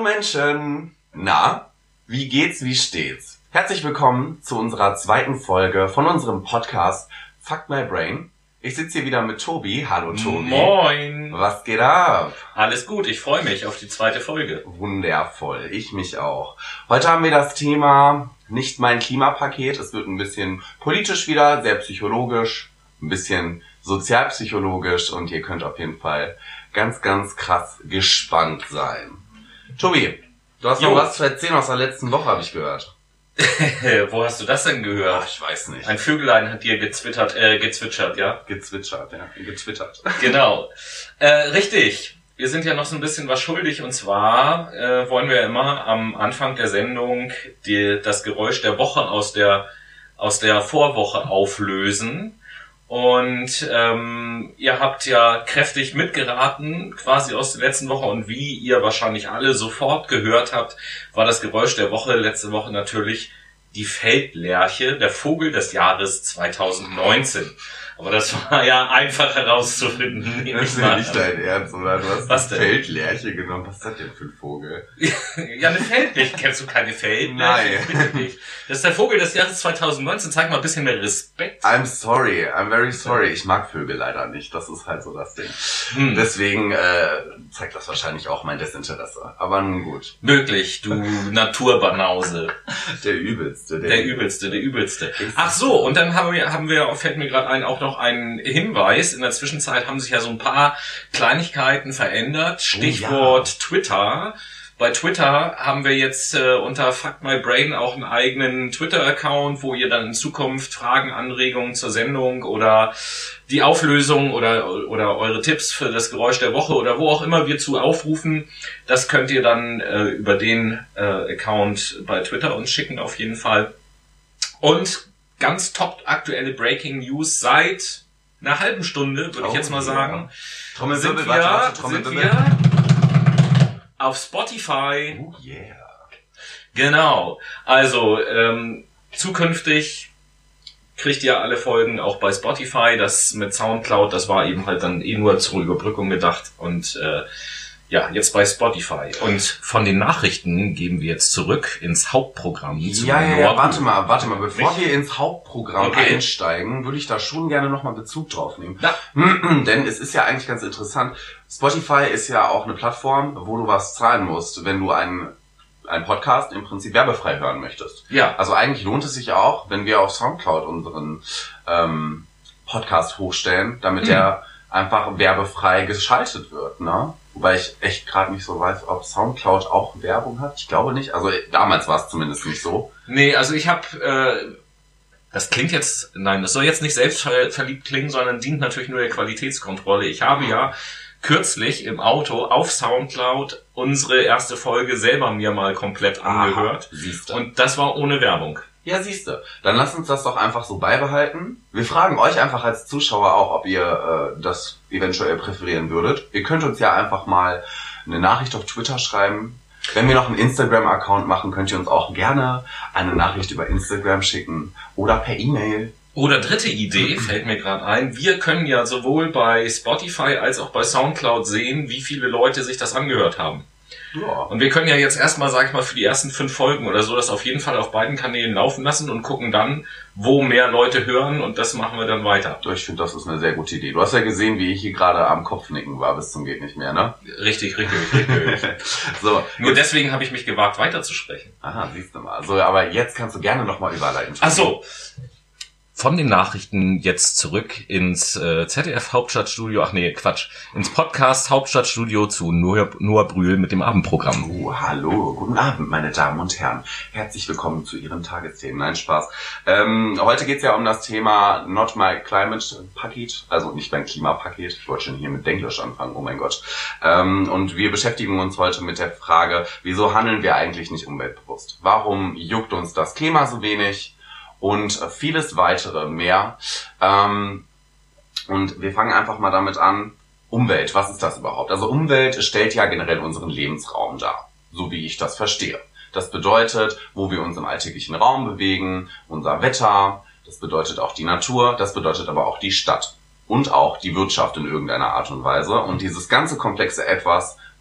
Menschen! Na, wie geht's, wie steht's? Herzlich willkommen zu unserer zweiten Folge von unserem Podcast Fuck My Brain. Ich sitze hier wieder mit Tobi. Hallo Tobi. Moin. Was geht ab? Alles gut, ich freue mich auf die zweite Folge. Wundervoll, ich mich auch. Heute haben wir das Thema nicht mein Klimapaket. Es wird ein bisschen politisch wieder, sehr psychologisch, ein bisschen sozialpsychologisch und ihr könnt auf jeden Fall ganz, ganz krass gespannt sein. Tobi, du hast noch was zu erzählen aus der letzten Woche, habe ich gehört. Wo hast du das denn gehört? Ach, ich weiß nicht. Ein Vögelein hat dir gezwitschert, ja? Gezwitschert. Genau. Richtig. Wir sind ja noch so ein bisschen was schuldig und zwar wollen wir immer am Anfang der Sendung das Geräusch der Woche aus der Vorwoche auflösen. Und ihr habt ja kräftig mitgeraten, quasi aus der letzten Woche. Und wie ihr wahrscheinlich alle sofort gehört habt, war das Geräusch der Woche letzte Woche natürlich die Feldlerche, der Vogel des Jahres 2019. Aber das war ja einfach herauszufinden. Das ist ja nicht dein Ernst, oder? Du hast was eine Feldlerche genommen. Was ist das denn für ein Vogel? Ja, eine Feldlerche. Kennst du keine Feldlerche? Nein. Das ist der Vogel des Jahres 2019. Zeig mal ein bisschen mehr Respekt. I'm very sorry. Ich mag Vögel leider nicht. Das ist halt so das Ding. Deswegen zeigt das wahrscheinlich auch mein Desinteresse. Aber nun gut. Möglich, du Naturbanause. Der Übelste. Der Übelste. Ach so, und dann fällt mir gerade ein, auch noch ein Hinweis. In der Zwischenzeit haben sich ja so ein paar Kleinigkeiten verändert. Stichwort Twitter. Bei Twitter haben wir jetzt unter Fuck My Brain auch einen eigenen Twitter-Account, wo ihr dann in Zukunft Fragen, Anregungen zur Sendung oder die Auflösung oder eure Tipps für das Geräusch der Woche oder wo auch immer wir zu aufrufen, das könnt ihr dann über den Account bei Twitter uns schicken auf jeden Fall. Und ganz top aktuelle Breaking News seit einer halben Stunde, würde ich jetzt mal sagen. Trommelwirbel, sind wir auf Spotify. Oh yeah. Genau. Also zukünftig kriegt ihr alle Folgen auch bei Spotify. Das mit Soundcloud, das war eben halt dann nur zur Überbrückung gedacht. Und jetzt bei Spotify. Und von den Nachrichten geben wir jetzt zurück ins Hauptprogramm. Ja, warte mal. Bevor wir ins Hauptprogramm einsteigen, würde ich da schon gerne nochmal Bezug drauf nehmen. Ja. Denn es ist ja eigentlich ganz interessant. Spotify ist ja auch eine Plattform, wo du was zahlen musst, wenn du einen Podcast im Prinzip werbefrei hören möchtest. Ja. Also eigentlich lohnt es sich auch, wenn wir auf Soundcloud unseren Podcast hochstellen, damit der einfach werbefrei geschaltet wird, ne? Wobei ich echt gerade nicht so weiß, ob Soundcloud auch Werbung hat. Ich glaube nicht. Also damals war es zumindest nicht so. Nee, also ich habe, das soll jetzt nicht selbstverliebt klingen, sondern dient natürlich nur der Qualitätskontrolle. Ich habe ja kürzlich im Auto auf Soundcloud unsere erste Folge selber mir mal komplett angehört. Siehste. Und das war ohne Werbung. Ja, siehste. Dann lasst uns das doch einfach so beibehalten. Wir fragen euch einfach als Zuschauer auch, ob ihr das eventuell präferieren würdet. Ihr könnt uns ja einfach mal eine Nachricht auf Twitter schreiben. Wenn wir noch einen Instagram-Account machen, könnt ihr uns auch gerne eine Nachricht über Instagram schicken oder per E-Mail. Oder dritte Idee, fällt mir gerade ein. Wir können ja sowohl bei Spotify als auch bei Soundcloud sehen, wie viele Leute sich das angehört haben. Ja. Und wir können ja jetzt erstmal, sag ich mal, für die ersten 5 Folgen oder so das auf jeden Fall auf beiden Kanälen laufen lassen und gucken dann, wo mehr Leute hören und das machen wir dann weiter. Ich finde, das ist eine sehr gute Idee. Du hast ja gesehen, wie ich hier gerade am Kopfnicken war, bis zum geht nicht mehr, ne? Richtig. So. Nur deswegen habe ich mich gewagt, weiterzusprechen. Aha, siehst du mal. So, aber jetzt kannst du gerne nochmal überleiten. Ach so. Von den Nachrichten jetzt zurück ins ZDF Hauptstadtstudio, ins Podcast Hauptstadtstudio zu Noah Brühl mit dem Abendprogramm. Hallo, guten Abend, meine Damen und Herren. Herzlich willkommen zu Ihren Tagesthemen. Nein, Spaß. Heute geht's ja um das Thema Not My Climate Paket, also nicht mein Klimapaket. Ich wollte schon hier mit Denglisch anfangen, oh mein Gott. Und wir beschäftigen uns heute mit der Frage, wieso handeln wir eigentlich nicht umweltbewusst? Warum juckt uns das Klima so wenig? Und vieles weitere mehr. Und wir fangen einfach mal damit an. Umwelt, was ist das überhaupt? Also Umwelt stellt ja generell unseren Lebensraum dar, so wie ich das verstehe. Das bedeutet, wo wir uns im alltäglichen Raum bewegen, unser Wetter, das bedeutet auch die Natur, das bedeutet aber auch die Stadt und auch die Wirtschaft in irgendeiner Art und Weise. Und dieses ganze komplexe Etwas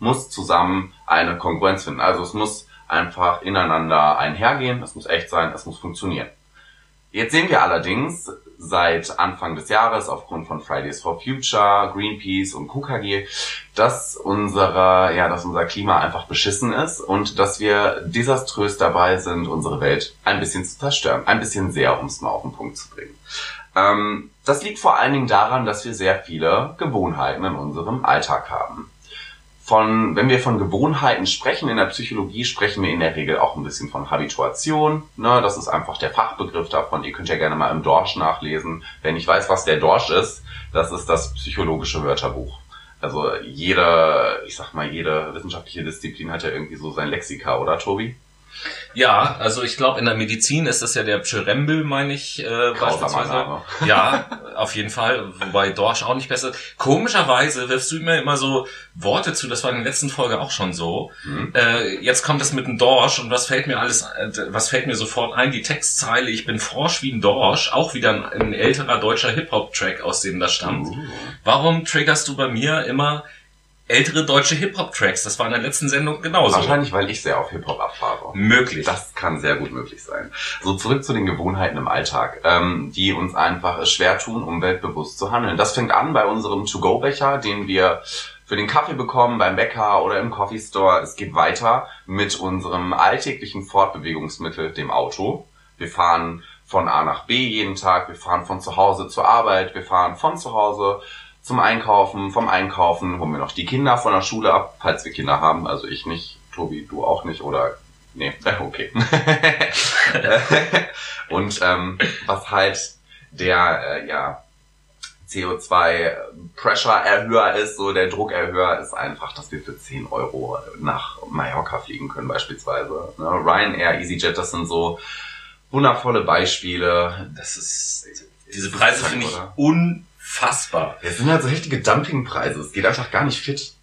muss zusammen eine Kongruenz finden. Also es muss einfach ineinander einhergehen, es muss echt sein, es muss funktionieren. Jetzt sehen wir allerdings seit Anfang des Jahres aufgrund von Fridays for Future, Greenpeace und KKG, dass unser Klima einfach beschissen ist und dass wir desaströs dabei sind, unsere Welt ein bisschen zu zerstören. Ein bisschen sehr, um es mal auf den Punkt zu bringen. Das liegt vor allen Dingen daran, dass wir sehr viele Gewohnheiten in unserem Alltag haben. Wenn wir von Gewohnheiten sprechen, in der Psychologie sprechen wir in der Regel auch ein bisschen von Habituation. Ne, das ist einfach der Fachbegriff davon. Ihr könnt ja gerne mal im Dorsch nachlesen. Wer nicht weiß, was der Dorsch ist, das ist das psychologische Wörterbuch. Also jede wissenschaftliche Disziplin hat ja irgendwie so sein Lexika, oder Tobi? Ja, also ich glaube, in der Medizin ist das ja der Pschyrembel, meine ich, beispielsweise. Ja, auf jeden Fall, wobei Dorsch auch nicht besser ist. Komischerweise wirfst du mir immer so Worte zu, das war in der letzten Folge auch schon so. Jetzt kommt es mit dem Dorsch und was fällt mir sofort ein? Die Textzeile, ich bin forsch wie ein Dorsch, auch wieder ein älterer deutscher Hip-Hop-Track, aus dem das stammt. Warum triggerst du bei mir immer ältere deutsche Hip-Hop-Tracks? Das war in der letzten Sendung genauso. Wahrscheinlich, weil ich sehr auf Hip-Hop abfahre. Möglich. Das kann sehr gut möglich sein. So, zurück zu den Gewohnheiten im Alltag, die uns einfach schwer tun, umweltbewusst zu handeln. Das fängt an bei unserem To-Go-Becher, den wir für den Kaffee bekommen, beim Bäcker oder im Coffee Store. Es geht weiter mit unserem alltäglichen Fortbewegungsmittel, dem Auto. Wir fahren von A nach B jeden Tag, wir fahren von zu Hause zur Arbeit, wir fahren von zu Hause zum Einkaufen, vom Einkaufen holen wir noch die Kinder von der Schule ab, falls wir Kinder haben. Also ich nicht, Tobi, du auch nicht, oder? Nee, okay. Und was halt der CO2-Pressure-Erhöher ist, so der Druckerhöher ist einfach, dass wir für 10 € nach Mallorca fliegen können beispielsweise. Ne? Ryanair, EasyJet, das sind so wundervolle Beispiele. Diese Preise finde ich unfassbar. Es sind halt so heftige Dumpingpreise. Es geht einfach gar nicht fit.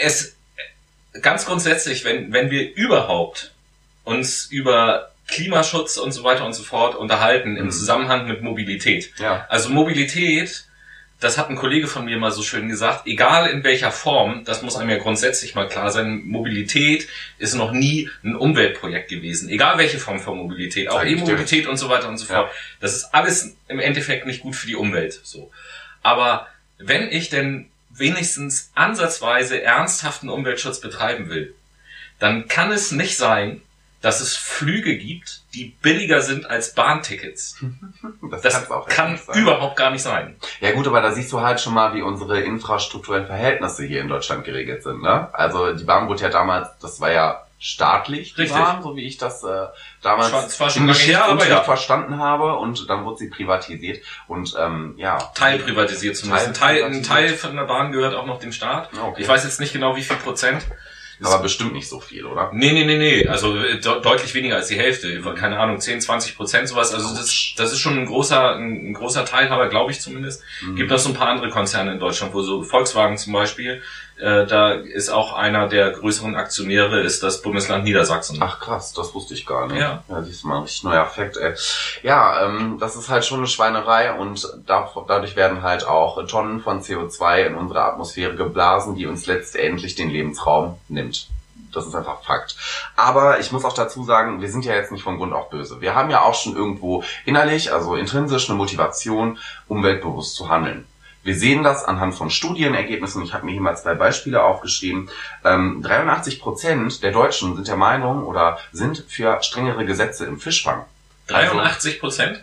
Ganz grundsätzlich, wenn wir überhaupt uns über Klimaschutz und so weiter und so fort unterhalten im Zusammenhang mit Mobilität. Ja. Also Mobilität, das hat ein Kollege von mir mal so schön gesagt, egal in welcher Form, das muss einem ja grundsätzlich mal klar sein, Mobilität ist noch nie ein Umweltprojekt gewesen. Egal welche Form von Mobilität, auch E-Mobilität und so weiter und so fort. Das ist alles im Endeffekt nicht gut für die Umwelt. So. Aber wenn ich denn wenigstens ansatzweise ernsthaften Umweltschutz betreiben will, dann kann es nicht sein, dass es Flüge gibt, die billiger sind als Bahntickets. Das kann überhaupt gar nicht sein. Ja gut, aber da siehst du halt schon mal, wie unsere infrastrukturellen Verhältnisse hier in Deutschland geregelt sind. Ne? Also die Bahn wurde ja damals, das war ja staatlich, die Bahn, so wie ich das damals im Geschichtsunterricht verstanden habe, und dann wurde sie privatisiert und teilprivatisiert zumindest. Ein Teil von der Bahn gehört auch noch dem Staat. Okay. Ich weiß jetzt nicht genau, wie viel Prozent. Aber bestimmt nicht so viel, oder? Nee. Also deutlich weniger als die Hälfte. Keine Ahnung, 10-20% sowas. Also das ist schon ein großer Teilhaber, glaube ich zumindest. Gibt noch so ein paar andere Konzerne in Deutschland, wo so Volkswagen zum Beispiel, da ist auch einer der größeren Aktionäre, ist das Bundesland Niedersachsen. Ach krass, das wusste ich gar nicht. Ja, siehst du mal, ein richtig neuer Fakt, ey. Ja, das ist halt schon eine Schweinerei, und dadurch werden halt auch Tonnen von CO2 in unsere Atmosphäre geblasen, die uns letztendlich den Lebensraum nimmt. Das ist einfach Fakt. Aber ich muss auch dazu sagen, wir sind ja jetzt nicht von Grund auf böse. Wir haben ja auch schon irgendwo innerlich, also intrinsisch, eine Motivation, umweltbewusst zu handeln. Wir sehen das anhand von Studienergebnissen. Ich habe mir hier mal 2 Beispiele aufgeschrieben. 83% der Deutschen sind der Meinung oder sind für strengere Gesetze im Fischfang. 83%?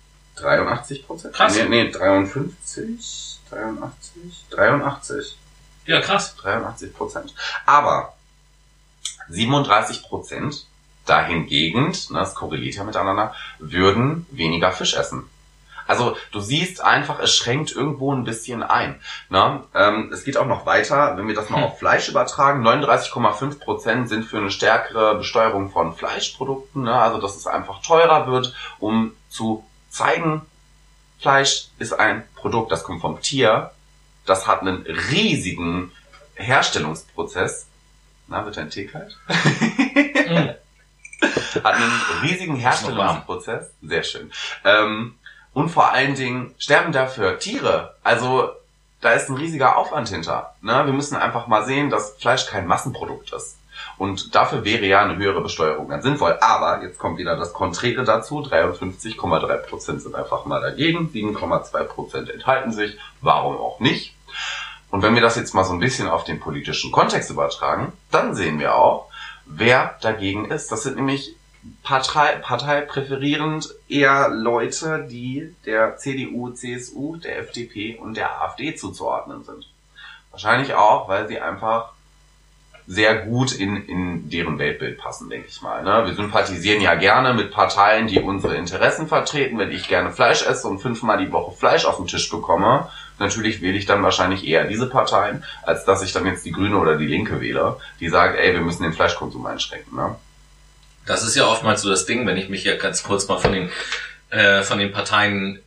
83%? Krass. Nee, 83. Ja, krass. 83%. Aber 37% dahingegen, das korreliert ja miteinander, würden weniger Fisch essen. Also du siehst einfach, es schränkt irgendwo ein bisschen ein. Ne? Es geht auch noch weiter, wenn wir das mal auf Fleisch übertragen. 39,5% sind für eine stärkere Besteuerung von Fleischprodukten. Ne? Also dass es einfach teurer wird, um zu zeigen, Fleisch ist ein Produkt, das kommt vom Tier. Das hat einen riesigen Herstellungsprozess. Na, wird dein Tee kalt? Hat einen riesigen Herstellungsprozess. Sehr schön. Und vor allen Dingen sterben dafür Tiere. Also da ist ein riesiger Aufwand hinter. Ne? Wir müssen einfach mal sehen, dass Fleisch kein Massenprodukt ist. Und dafür wäre ja eine höhere Besteuerung ganz sinnvoll. Aber jetzt kommt wieder das Konträre dazu. 53,3% sind einfach mal dagegen. 7,2% enthalten sich. Warum auch nicht? Und wenn wir das jetzt mal so ein bisschen auf den politischen Kontext übertragen, dann sehen wir auch, wer dagegen ist. Das sind nämlich parteipräferierend eher Leute, die der CDU, CSU, der FDP und der AfD zuzuordnen sind. Wahrscheinlich auch, weil sie einfach sehr gut in deren Weltbild passen, denke ich mal. Ne? Wir sympathisieren ja gerne mit Parteien, die unsere Interessen vertreten. Wenn ich gerne Fleisch esse und 5-mal die Woche Fleisch auf den Tisch bekomme, natürlich wähle ich dann wahrscheinlich eher diese Parteien, als dass ich dann jetzt die Grüne oder die Linke wähle, die sagt, ey, wir müssen den Fleischkonsum einschränken. Ne? Das ist ja oftmals so das Ding, wenn ich mich ja ganz kurz mal von den Parteien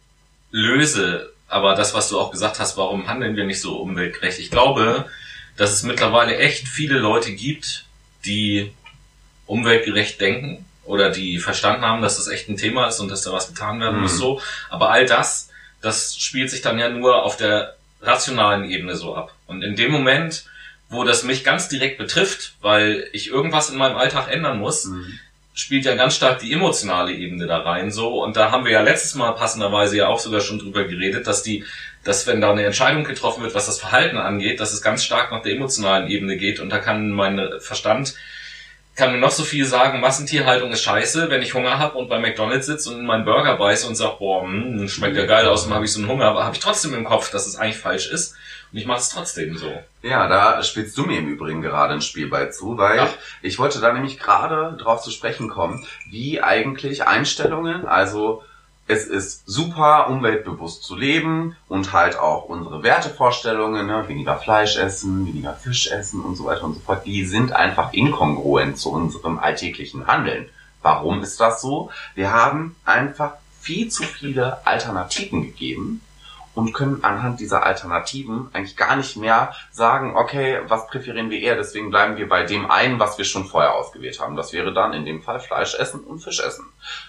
löse. Aber das, was du auch gesagt hast, warum handeln wir nicht so umweltgerecht? Ich glaube, dass es mittlerweile echt viele Leute gibt, die umweltgerecht denken oder die verstanden haben, dass das echt ein Thema ist und dass da was getan werden muss so. Aber all das spielt sich dann ja nur auf der rationalen Ebene so ab. Und in dem Moment, wo das mich ganz direkt betrifft, weil ich irgendwas in meinem Alltag ändern muss, spielt ja ganz stark die emotionale Ebene da rein so. Und da haben wir ja letztes Mal passenderweise ja auch sogar schon drüber geredet, dass wenn da eine Entscheidung getroffen wird, was das Verhalten angeht, dass es ganz stark nach der emotionalen Ebene geht. Und da kann mein Verstand mir noch so viel sagen, Massentierhaltung ist scheiße, wenn ich Hunger habe und bei McDonald's sitze und in meinen Burger beiße und sage, boah, schmeckt ja geil aus und habe ich so einen Hunger, aber habe ich trotzdem im Kopf, dass es eigentlich falsch ist. Und ich mache es trotzdem so. Ja, da spielst du mir im Übrigen gerade ein Spiel bei zu, weil ich wollte da nämlich gerade drauf zu sprechen kommen, wie eigentlich Einstellungen, also es ist super, umweltbewusst zu leben und halt auch unsere Wertevorstellungen, ne, weniger Fleisch essen, weniger Fisch essen und so weiter und so fort, die sind einfach inkongruent zu unserem alltäglichen Handeln. Warum ist das so? Wir haben einfach viel zu viele Alternativen gegeben und können anhand dieser Alternativen eigentlich gar nicht mehr sagen, okay, was präferieren wir eher, deswegen bleiben wir bei dem einen, was wir schon vorher ausgewählt haben. Das wäre dann in dem Fall Fleisch essen und Fisch essen.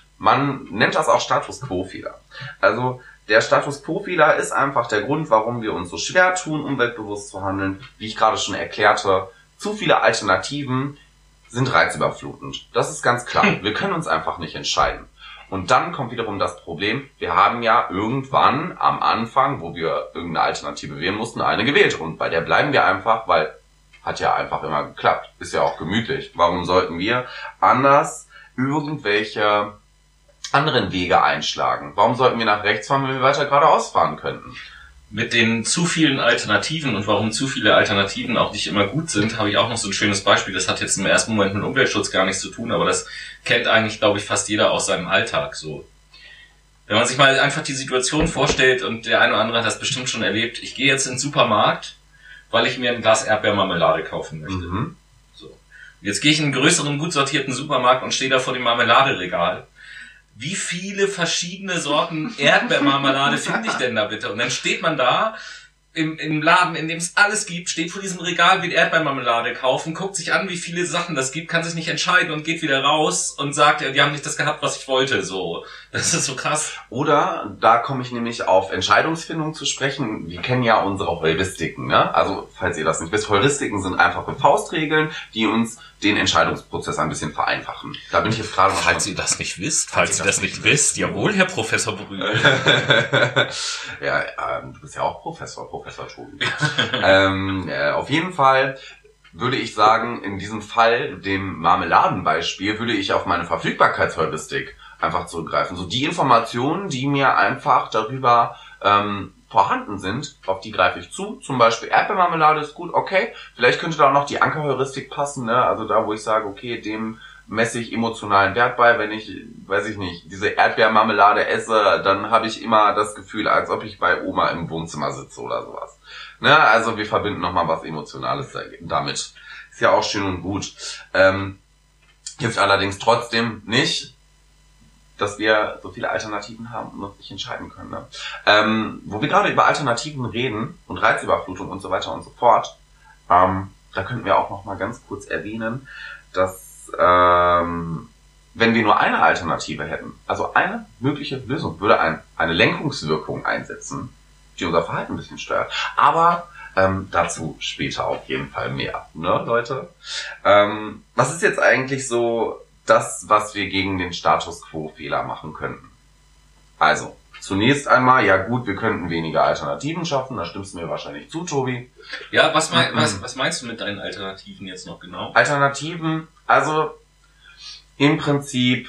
Man nennt das auch Status Quo-Fehler. Also der Status Quo-Fehler ist einfach der Grund, warum wir uns so schwer tun, umweltbewusst zu handeln. Wie ich gerade schon erklärte, zu viele Alternativen sind reizüberflutend. Das ist ganz klar. Wir können uns einfach nicht entscheiden. Und dann kommt wiederum das Problem, wir haben ja irgendwann am Anfang, wo wir irgendeine Alternative wählen mussten, eine gewählt. Und bei der bleiben wir einfach, weil hat ja einfach immer geklappt. Ist ja auch gemütlich. Warum sollten wir anders irgendwelche anderen Wege einschlagen? Warum sollten wir nach rechts fahren, wenn wir weiter geradeaus fahren könnten? Mit den zu vielen Alternativen und warum zu viele Alternativen auch nicht immer gut sind, habe ich auch noch so ein schönes Beispiel. Das hat jetzt im ersten Moment mit Umweltschutz gar nichts zu tun, aber das kennt eigentlich, glaube ich, fast jeder aus seinem Alltag so. Wenn man sich mal einfach die Situation vorstellt, und der eine oder andere hat das bestimmt schon erlebt, ich gehe jetzt in den Supermarkt, weil ich mir ein Glas Erdbeermarmelade kaufen möchte. So. Jetzt gehe ich in einen größeren, gut sortierten Supermarkt und stehe da vor dem Marmeladeregal. Wie viele verschiedene Sorten Erdbeermarmelade finde ich denn da bitte? Und dann steht man da im Laden, in dem es alles gibt, steht vor diesem Regal, will Erdbeermarmelade kaufen, guckt sich an, wie viele Sachen das gibt, kann sich nicht entscheiden und geht wieder raus und sagt, ja, die haben nicht das gehabt, was ich wollte. So, das ist so krass. Oder, da komme ich nämlich auf Entscheidungsfindung zu sprechen. Wir kennen ja unsere Heuristiken, ne? Also, falls ihr das nicht wisst, Heuristiken sind einfache Faustregeln, die uns den Entscheidungsprozess ein bisschen vereinfachen. Da bin ich jetzt gerade noch... Falls ihr das nicht wisst, jawohl, Herr Professor Brühl. Ja, du bist ja auch Professor Tobi. Auf jeden Fall würde ich sagen, in diesem Fall, dem Marmeladenbeispiel, würde ich auf meine Verfügbarkeitsheuristik einfach zurückgreifen. So die Informationen, die mir einfach darüber vorhanden sind, auf die greife ich zu. Zum Beispiel Erdbeermarmelade ist gut, okay. Vielleicht könnte da auch noch die Ankerheuristik passen, ne? Also da, wo ich sage, okay, dem messe ich emotionalen Wert bei. Wenn ich, weiß ich nicht, diese Erdbeermarmelade esse, dann habe ich immer das Gefühl, als ob ich bei Oma im Wohnzimmer sitze oder sowas. Ne? Also wir verbinden nochmal was Emotionales damit. Ist ja auch schön und gut. Hilft allerdings trotzdem nicht, dass wir so viele Alternativen haben und uns nicht entscheiden können. Ne? Wo wir gerade über Alternativen reden und Reizüberflutung und so weiter und so fort, da könnten wir auch noch mal ganz kurz erwähnen, dass wenn wir nur eine Alternative hätten, also eine mögliche Lösung, würde eine Lenkungswirkung einsetzen, die unser Verhalten ein bisschen steuert. Aber dazu später auf jeden Fall mehr, ne, Leute? Was ist jetzt eigentlich so das, was wir gegen den Status Quo-Fehler machen könnten? Also, zunächst einmal, ja gut, wir könnten weniger Alternativen schaffen, da stimmst du mir wahrscheinlich zu, Tobi. Ja, was meinst du mit deinen Alternativen jetzt noch genau? Alternativen, also im Prinzip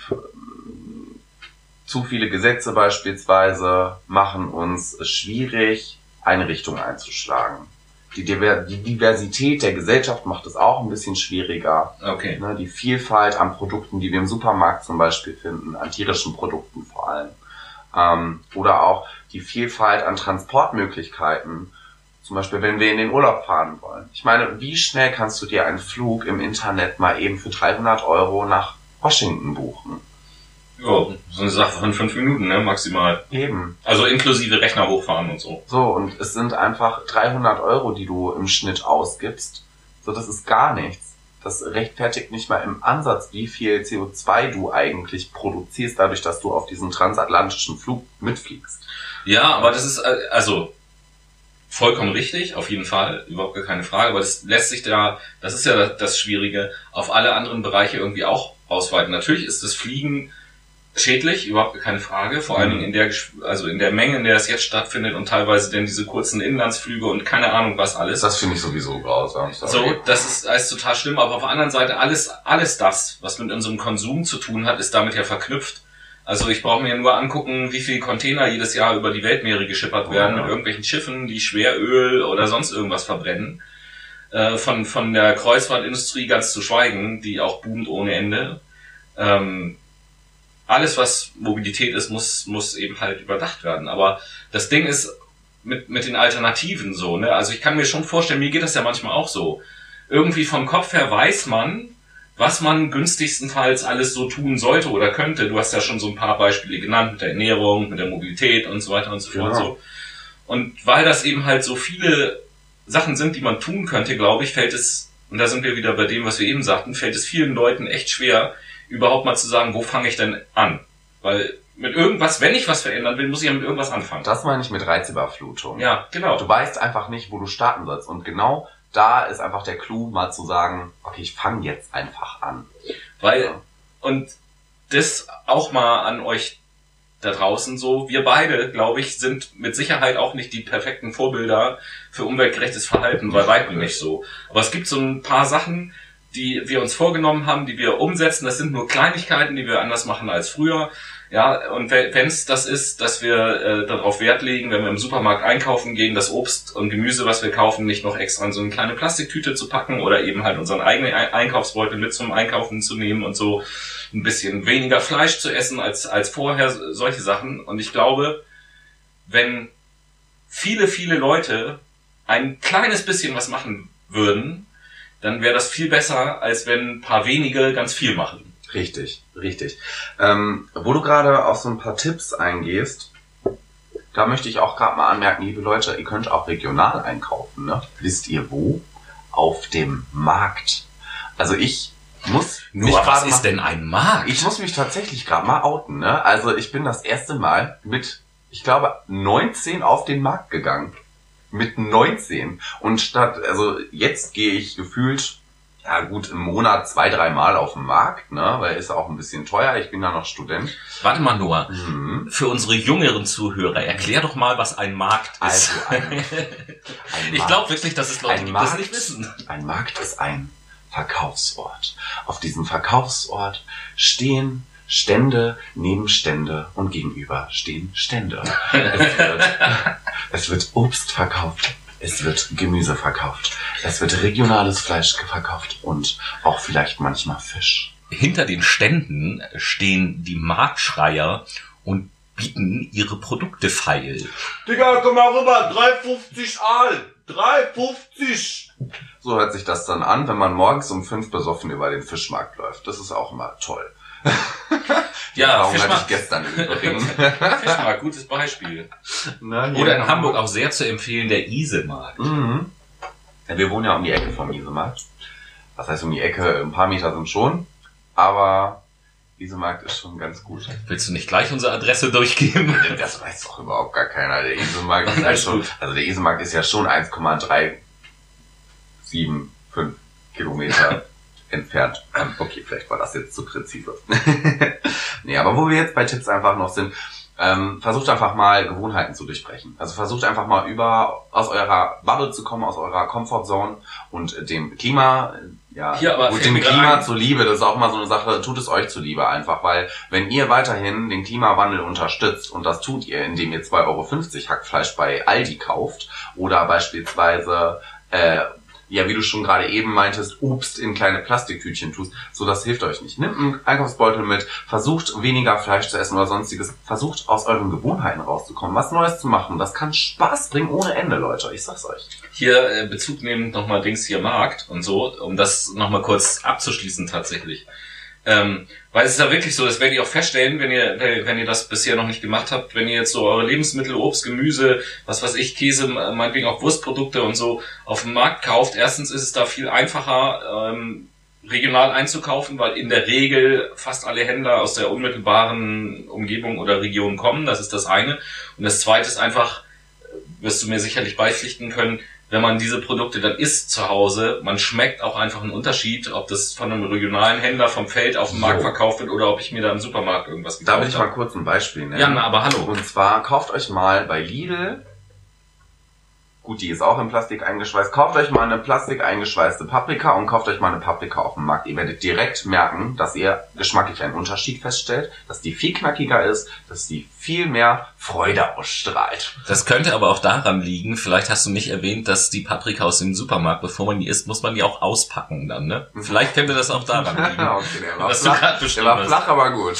zu viele Gesetze beispielsweise machen uns schwierig, eine Richtung einzuschlagen. Die Diversität der Gesellschaft macht es auch ein bisschen schwieriger. Okay. Ne, die Vielfalt an Produkten, die wir im Supermarkt zum Beispiel finden, an tierischen Produkten vor allem. Oder auch die Vielfalt an Transportmöglichkeiten. Zum Beispiel, wenn wir in den Urlaub fahren wollen. Ich meine, wie schnell kannst du dir einen Flug im Internet mal eben für 300 € nach Washington buchen? Ja, so eine Sache von 5 Minuten, ne, maximal. Eben. Also inklusive Rechner hochfahren und so. So, und es sind einfach 300 €, die du im Schnitt ausgibst. So, das ist gar nichts. Das rechtfertigt nicht mal im Ansatz, wie viel CO2 du eigentlich produzierst, dadurch, dass du auf diesen transatlantischen Flug mitfliegst. Ja, aber das ist, also, vollkommen richtig, auf jeden Fall, überhaupt gar keine Frage, aber das lässt sich das ist ja das Schwierige, auf alle anderen Bereiche irgendwie auch ausweiten. Natürlich ist das Fliegen schädlich, überhaupt gar keine Frage, vor allen Dingen in der Menge, in der es jetzt stattfindet und teilweise denn diese kurzen Inlandsflüge und keine Ahnung was alles. Das finde ich sowieso grausam. So, das ist alles total schlimm, aber auf der anderen Seite alles das, was mit unserem Konsum zu tun hat, ist damit ja verknüpft. Also ich brauche mir nur angucken, wie viele Container jedes Jahr über die Weltmeere geschippert werden mit irgendwelchen Schiffen, die Schweröl oder sonst irgendwas verbrennen. Von der Kreuzfahrtindustrie ganz zu schweigen, die auch boomt ohne Ende. Alles, was Mobilität ist, muss eben halt überdacht werden. Aber das Ding ist mit den Alternativen so, ne? Also ich kann mir schon vorstellen, mir geht das ja manchmal auch so. Irgendwie vom Kopf her weiß man, was man günstigstenfalls alles so tun sollte oder könnte. Du hast ja schon so ein paar Beispiele genannt mit der Ernährung, mit der Mobilität und so weiter und so fort. Genau. So. Und weil das eben halt so viele Sachen sind, die man tun könnte, glaube ich, fällt es, und da sind wir wieder bei dem, was wir eben sagten, fällt es vielen Leuten echt schwer, überhaupt mal zu sagen, wo fange ich denn an? Weil mit irgendwas, wenn ich was verändern will, muss ich ja mit irgendwas anfangen. Das meine ich mit Reizüberflutung. Ja, genau. Du weißt einfach nicht, wo du starten sollst. Und genau da ist einfach der Clou, mal zu sagen, okay, ich fange jetzt einfach an. Und das auch mal an euch da draußen so, wir beide, glaube ich, sind mit Sicherheit auch nicht die perfekten Vorbilder für umweltgerechtes Verhalten, bei weitem nicht so. Aber es gibt so ein paar Sachen, die wir uns vorgenommen haben, die wir umsetzen. Das sind nur Kleinigkeiten, die wir anders machen als früher. Ja, und wenn es das ist, dass wir darauf Wert legen, wenn wir im Supermarkt einkaufen gehen, das Obst und Gemüse, was wir kaufen, nicht noch extra in so eine kleine Plastiktüte zu packen oder eben halt unseren eigenen Einkaufsbeutel mit zum Einkaufen zu nehmen und so ein bisschen weniger Fleisch zu essen als vorher, solche Sachen. Und ich glaube, wenn viele, viele Leute ein kleines bisschen was machen würden, dann wäre das viel besser, als wenn ein paar wenige ganz viel machen. Richtig, richtig. Wo du gerade auf so ein paar Tipps eingehst, da möchte ich auch gerade mal anmerken, liebe Leute, ihr könnt auch regional einkaufen, ne? Wisst ihr wo? Auf dem Markt. Also ich muss mich Nur, was ist denn ein Markt? Ich muss mich tatsächlich gerade mal outen, ne? Also ich bin das erste Mal mit, ich glaube, 19 auf den Markt gegangen. Mit 19. Und jetzt gehe ich gefühlt, ja gut, im Monat 2-3 Mal auf den Markt, ne, weil ist auch ein bisschen teuer, ich bin ja noch Student. Warte mal nur, für unsere jüngeren Zuhörer, erklär doch mal, was ein Markt ist. Also ich glaube wirklich, dass es Leute gibt, die das nicht wissen. Ein Markt ist ein Verkaufsort. Auf diesem Verkaufsort stehen Stände, Nebenstände und gegenüber stehen Stände. Es wird Obst verkauft, es wird Gemüse verkauft, es wird regionales Fleisch verkauft und auch vielleicht manchmal Fisch. Hinter den Ständen stehen die Marktschreier und bieten ihre Produkte feil. Digga, komm mal rüber, 3,50 Aal, 3,50. So hört sich das dann an, wenn man morgens um 5 besoffen über den Fischmarkt läuft. Das ist auch immer toll. Ja, Fischmarkt hatte ich gestern im Übrigen. Fischmarkt, gutes Beispiel. Oder in Hamburg auch sehr zu empfehlen, der Isemarkt. Mhm. Ja, wir wohnen ja um die Ecke vom Isemarkt. Das heißt, um die Ecke, ein paar Meter sind schon. Aber Isomarkt ist schon ganz gut. Willst du nicht gleich unsere Adresse durchgeben? Das weiß doch überhaupt gar keiner. Der Isomarkt ist halt schon, also der Isomarkt ist ja schon 1,375 Kilometer entfernt. Okay, vielleicht war das jetzt zu präzise. Nee, aber wo wir jetzt bei Tipps einfach noch sind, versucht einfach mal Gewohnheiten zu durchbrechen. Also versucht einfach mal aus eurer Bubble zu kommen, aus eurer Comfortzone und dem Klima, dem Klima zuliebe, das ist auch mal so eine Sache, tut es euch zuliebe einfach, weil wenn ihr weiterhin den Klimawandel unterstützt, und das tut ihr, indem ihr 2,50 € Hackfleisch bei Aldi kauft oder beispielsweise wie du schon gerade eben meintest, Obst in kleine Plastiktütchen tust, so das hilft euch nicht. Nehmt einen Einkaufsbeutel mit, versucht weniger Fleisch zu essen oder sonstiges, versucht aus euren Gewohnheiten rauszukommen, was Neues zu machen. Das kann Spaß bringen ohne Ende, Leute, ich sag's euch. Hier Bezug nehmend nochmal hier Markt und so, um das nochmal kurz abzuschließen tatsächlich. Weil es ist ja wirklich so, das werdet ihr auch feststellen, wenn ihr das bisher noch nicht gemacht habt, wenn ihr jetzt so eure Lebensmittel, Obst, Gemüse, was weiß ich, Käse, meinetwegen auch Wurstprodukte und so auf dem Markt kauft. Erstens ist es da viel einfacher, regional einzukaufen, weil in der Regel fast alle Händler aus der unmittelbaren Umgebung oder Region kommen. Das ist das eine. Und das zweite ist einfach, wirst du mir sicherlich beipflichten können, wenn man diese Produkte dann isst zu Hause, man schmeckt auch einfach einen Unterschied, ob das von einem regionalen Händler vom Feld auf dem Markt verkauft wird oder ob ich mir da im Supermarkt irgendwas gekauft habe. Da will ich mal kurz ein Beispiel nennen. Ja, aber hallo. Und zwar kauft euch mal bei Lidl, gut, die ist auch in Plastik eingeschweißt, kauft euch mal eine Plastik eingeschweißte Paprika und kauft euch mal eine Paprika auf dem Markt. Ihr werdet direkt merken, dass ihr geschmacklich einen Unterschied feststellt, dass die viel knackiger ist, dass die viel mehr Freude ausstrahlt. Das könnte aber auch daran liegen, vielleicht hast du nicht erwähnt, dass die Paprika aus dem Supermarkt, bevor man die isst, muss man die auch auspacken dann, ne? Vielleicht könnte das auch daran liegen. Okay, der war flach, aber gut.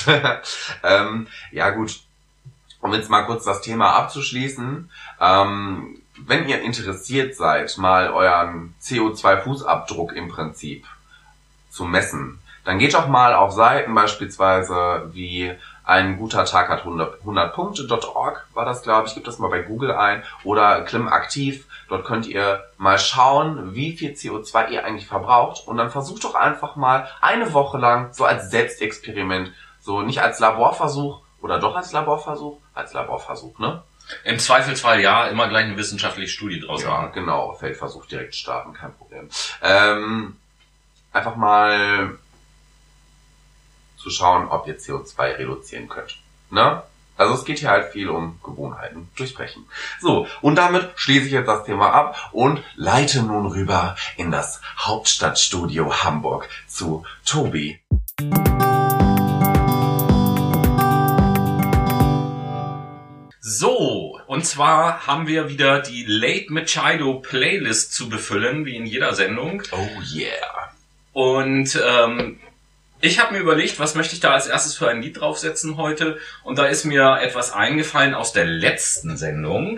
Ja gut, um jetzt mal kurz das Thema abzuschließen, wenn ihr interessiert seid, mal euren CO2-Fußabdruck im Prinzip zu messen, dann geht doch mal auf Seiten beispielsweise wie ein guter Tag hat 100 Punkte.org, war das, glaube ich, gebt das mal bei Google ein, oder Klimaktiv. Dort könnt ihr mal schauen, wie viel CO2 ihr eigentlich verbraucht, und dann versucht doch einfach mal eine Woche lang so als Selbstexperiment, so nicht als Laborversuch, oder doch als Laborversuch, ne? Im Zweifelsfall ja, immer gleich eine wissenschaftliche Studie draus machen. Ja, genau, Feldversuch direkt starten, kein Problem. Einfach mal zu schauen, ob ihr CO2 reduzieren könnt. Ne? Also es geht hier halt viel um Gewohnheiten durchbrechen. So, und damit schließe ich jetzt das Thema ab und leite nun rüber in das Hauptstadtstudio Hamburg zu Tobi. So, und zwar haben wir wieder die Late Machado Playlist zu befüllen, wie in jeder Sendung. Oh yeah. Und ich habe mir überlegt, was möchte ich da als erstes für ein Lied draufsetzen heute. Und da ist mir etwas eingefallen aus der letzten Sendung.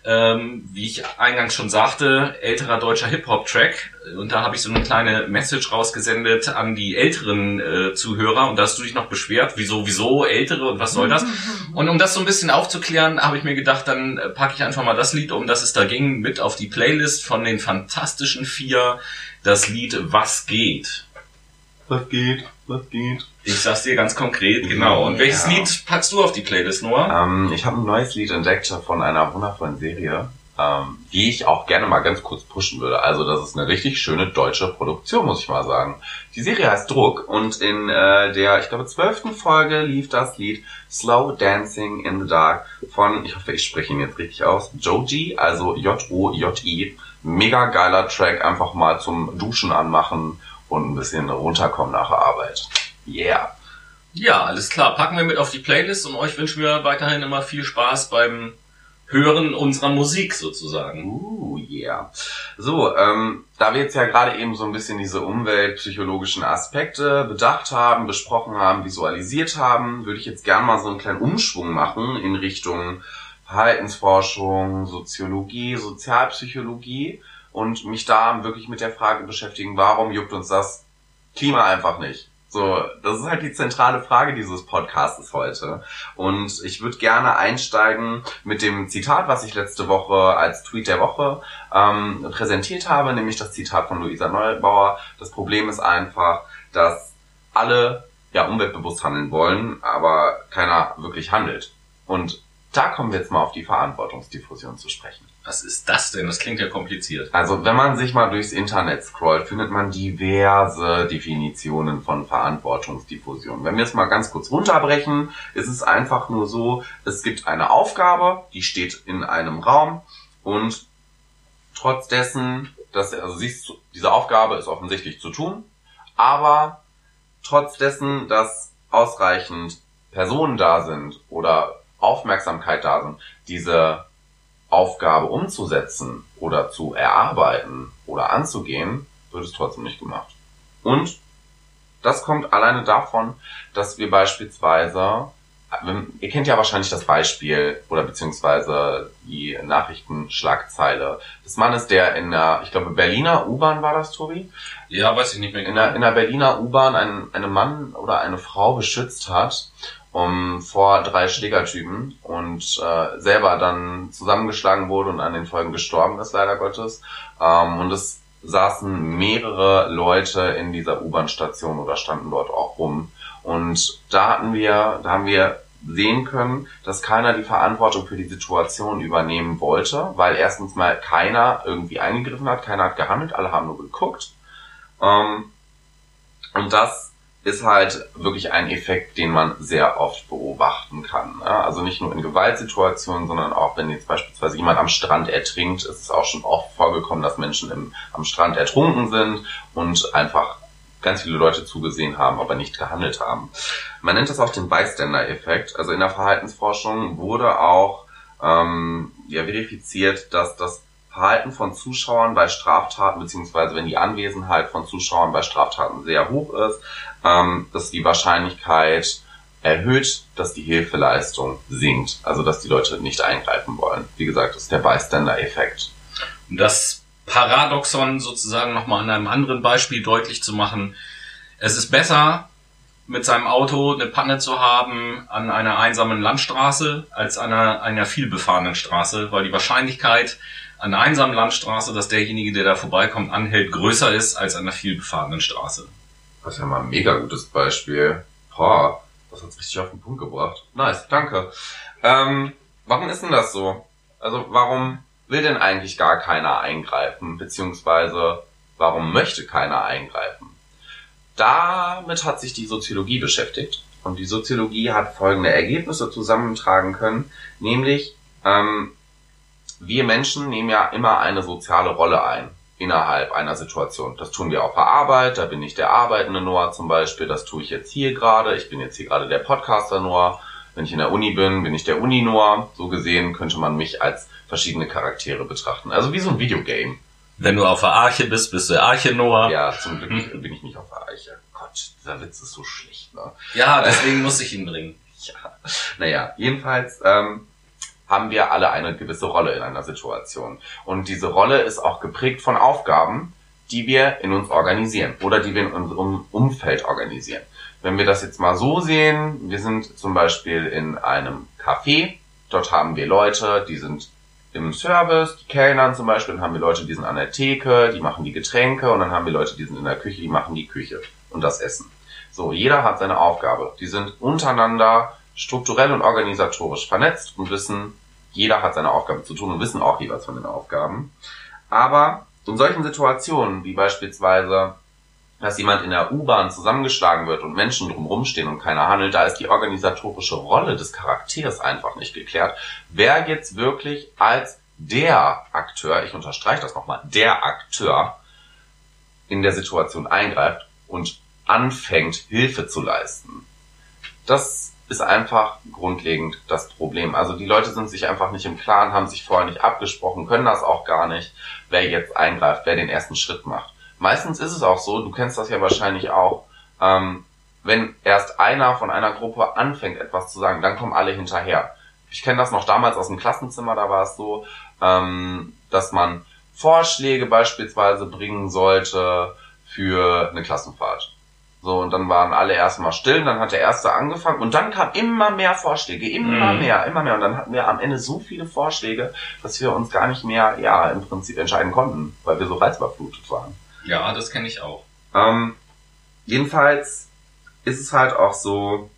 Wie ich eingangs schon sagte, älterer deutscher Hip-Hop-Track. Und da habe ich so eine kleine Message rausgesendet an die älteren Zuhörer. Und da hast du dich noch beschwert, wieso ältere und was soll das? Und um das so ein bisschen aufzuklären, habe ich mir gedacht, dann packe ich einfach mal das Lied, um das es da ging, mit auf die Playlist von den Fantastischen Vier. Das Lied Was geht? Was geht? Was geht? Ich sag's dir ganz konkret, genau. Und welches Lied packst du auf die Playlist, Noah? Ich habe ein neues Lied entdeckt von einer wundervollen Serie, die ich auch gerne mal ganz kurz pushen würde. Also das ist eine richtig schöne deutsche Produktion, muss ich mal sagen. Die Serie heißt Druck und in der, ich glaube, 12. Folge lief das Lied Slow Dancing in the Dark von, ich hoffe, ich spreche ihn jetzt richtig aus, Joji, also Joji. Mega geiler Track, einfach mal zum Duschen anmachen und ein bisschen runterkommen nach der Arbeit. Yeah. Ja, alles klar. Packen wir mit auf die Playlist und euch wünschen wir weiterhin immer viel Spaß beim Hören unserer Musik sozusagen. Yeah. So, da wir jetzt ja gerade eben so ein bisschen diese umweltpsychologischen Aspekte bedacht haben, besprochen haben, visualisiert haben, würde ich jetzt gerne mal so einen kleinen Umschwung machen in Richtung Verhaltensforschung, Soziologie, Sozialpsychologie und mich da wirklich mit der Frage beschäftigen, warum juckt uns das Klima einfach nicht? So, das ist halt die zentrale Frage dieses Podcasts heute. Und ich würde gerne einsteigen mit dem Zitat, was ich letzte Woche als Tweet der Woche präsentiert habe, nämlich das Zitat von Luisa Neubauer. Das Problem ist einfach, dass alle umweltbewusst handeln wollen, aber keiner wirklich handelt. Und da kommen wir jetzt mal auf die Verantwortungsdiffusion zu sprechen. Was ist das denn? Das klingt ja kompliziert. Also wenn man sich mal durchs Internet scrollt, findet man diverse Definitionen von Verantwortungsdiffusion. Wenn wir es mal ganz kurz runterbrechen, ist es einfach nur so, es gibt eine Aufgabe, die steht in einem Raum und trotz dessen, diese Aufgabe ist offensichtlich zu tun, aber trotz dessen, dass ausreichend Personen da sind oder Aufmerksamkeit da sind, diese Aufgabe umzusetzen oder zu erarbeiten oder anzugehen, wird es trotzdem nicht gemacht. Und das kommt alleine davon, dass wir beispielsweise, ihr kennt ja wahrscheinlich das Beispiel oder beziehungsweise die Nachrichtenschlagzeile des Mannes, der in der, ich glaube, Berliner U-Bahn war das, Tobi? Ja, weiß ich nicht mehr genau. In der Berliner U-Bahn einen Mann oder eine Frau beschützt hat, vor 3 Schlägertypen und selber dann zusammengeschlagen wurde und an den Folgen gestorben ist, leider Gottes. Und es saßen mehrere Leute in dieser U-Bahn-Station oder standen dort auch rum. Und da haben wir sehen können, dass keiner die Verantwortung für die Situation übernehmen wollte, weil erstens mal keiner irgendwie eingegriffen hat, keiner hat gehandelt, alle haben nur geguckt. Und das ist halt wirklich ein Effekt, den man sehr oft beobachten kann. Also nicht nur in Gewaltsituationen, sondern auch wenn jetzt beispielsweise jemand am Strand ertrinkt, ist es auch schon oft vorgekommen, dass Menschen am Strand ertrunken sind und einfach ganz viele Leute zugesehen haben, aber nicht gehandelt haben. Man nennt das auch den Bystander-Effekt. Also in der Verhaltensforschung wurde auch verifiziert, dass das Verhalten von Zuschauern bei Straftaten, beziehungsweise wenn die Anwesenheit von Zuschauern bei Straftaten sehr hoch ist, dass die Wahrscheinlichkeit erhöht, dass die Hilfeleistung sinkt. Also dass die Leute nicht eingreifen wollen. Wie gesagt, das ist der Bystander-Effekt. Das Paradoxon sozusagen nochmal an einem anderen Beispiel deutlich zu machen. Es ist besser, mit seinem Auto eine Panne zu haben an einer einsamen Landstraße als an einer vielbefahrenen Straße, weil die Wahrscheinlichkeit an einer einsamen Landstraße, dass derjenige, der da vorbeikommt, anhält, größer ist als an einer vielbefahrenen Straße. Das ist ja mal ein mega gutes Beispiel. Boah, das hat's richtig auf den Punkt gebracht. Nice, danke. Warum ist denn das so? Also warum will denn eigentlich gar keiner eingreifen? Beziehungsweise warum möchte keiner eingreifen? Damit hat sich die Soziologie beschäftigt. Und die Soziologie hat folgende Ergebnisse zusammentragen können. Nämlich, wir Menschen nehmen ja immer eine soziale Rolle ein innerhalb einer Situation. Das tun wir auf der Arbeit, da bin ich der arbeitende Noah zum Beispiel, das tue ich jetzt hier gerade, ich bin jetzt hier gerade der Podcaster Noah, wenn ich in der Uni bin ich der Uni Noah, so gesehen könnte man mich als verschiedene Charaktere betrachten, also wie so ein Videogame. Wenn du auf der Arche bist du der Arche Noah. Ja, zum Glück bin ich nicht auf der Arche. Gott, dieser Witz ist so schlecht, ne? Ja, deswegen muss ich ihn bringen. Ja, naja, jedenfalls, haben wir alle eine gewisse Rolle in einer Situation. Und diese Rolle ist auch geprägt von Aufgaben, die wir in uns organisieren oder die wir in unserem Umfeld organisieren. Wenn wir das jetzt mal so sehen, wir sind zum Beispiel in einem Café, dort haben wir Leute, die sind im Service, die kellnern zum Beispiel, dann haben wir Leute, die sind an der Theke, die machen die Getränke und dann haben wir Leute, die sind in der Küche, die machen die Küche und das Essen. So, jeder hat seine Aufgabe. Die sind untereinander strukturell und organisatorisch vernetzt und wissen, jeder hat seine Aufgabe zu tun und wissen auch jeweils von den Aufgaben. Aber in solchen Situationen, wie beispielsweise, dass jemand in der U-Bahn zusammengeschlagen wird und Menschen drumherum stehen und keiner handelt, da ist die organisatorische Rolle des Charakters einfach nicht geklärt. Wer jetzt wirklich als der Akteur, ich unterstreiche das nochmal, der Akteur in der Situation eingreift und anfängt, Hilfe zu leisten. Das ist einfach grundlegend das Problem. Also die Leute sind sich einfach nicht im Klaren, haben sich vorher nicht abgesprochen, können das auch gar nicht, wer jetzt eingreift, wer den ersten Schritt macht. Meistens ist es auch so, du kennst das ja wahrscheinlich auch, wenn erst einer von einer Gruppe anfängt, etwas zu sagen, dann kommen alle hinterher. Ich kenne das noch damals aus dem Klassenzimmer, da war es so, dass man Vorschläge beispielsweise bringen sollte für eine Klassenfahrt. So, und dann waren alle erstmal still, dann hat der Erste angefangen und dann kamen immer mehr Vorschläge, immer mehr. Und dann hatten wir am Ende so viele Vorschläge, dass wir uns gar nicht mehr, im Prinzip entscheiden konnten, weil wir so reizüberflutet waren. Ja, das kenne ich auch. Jedenfalls ist es halt auch so,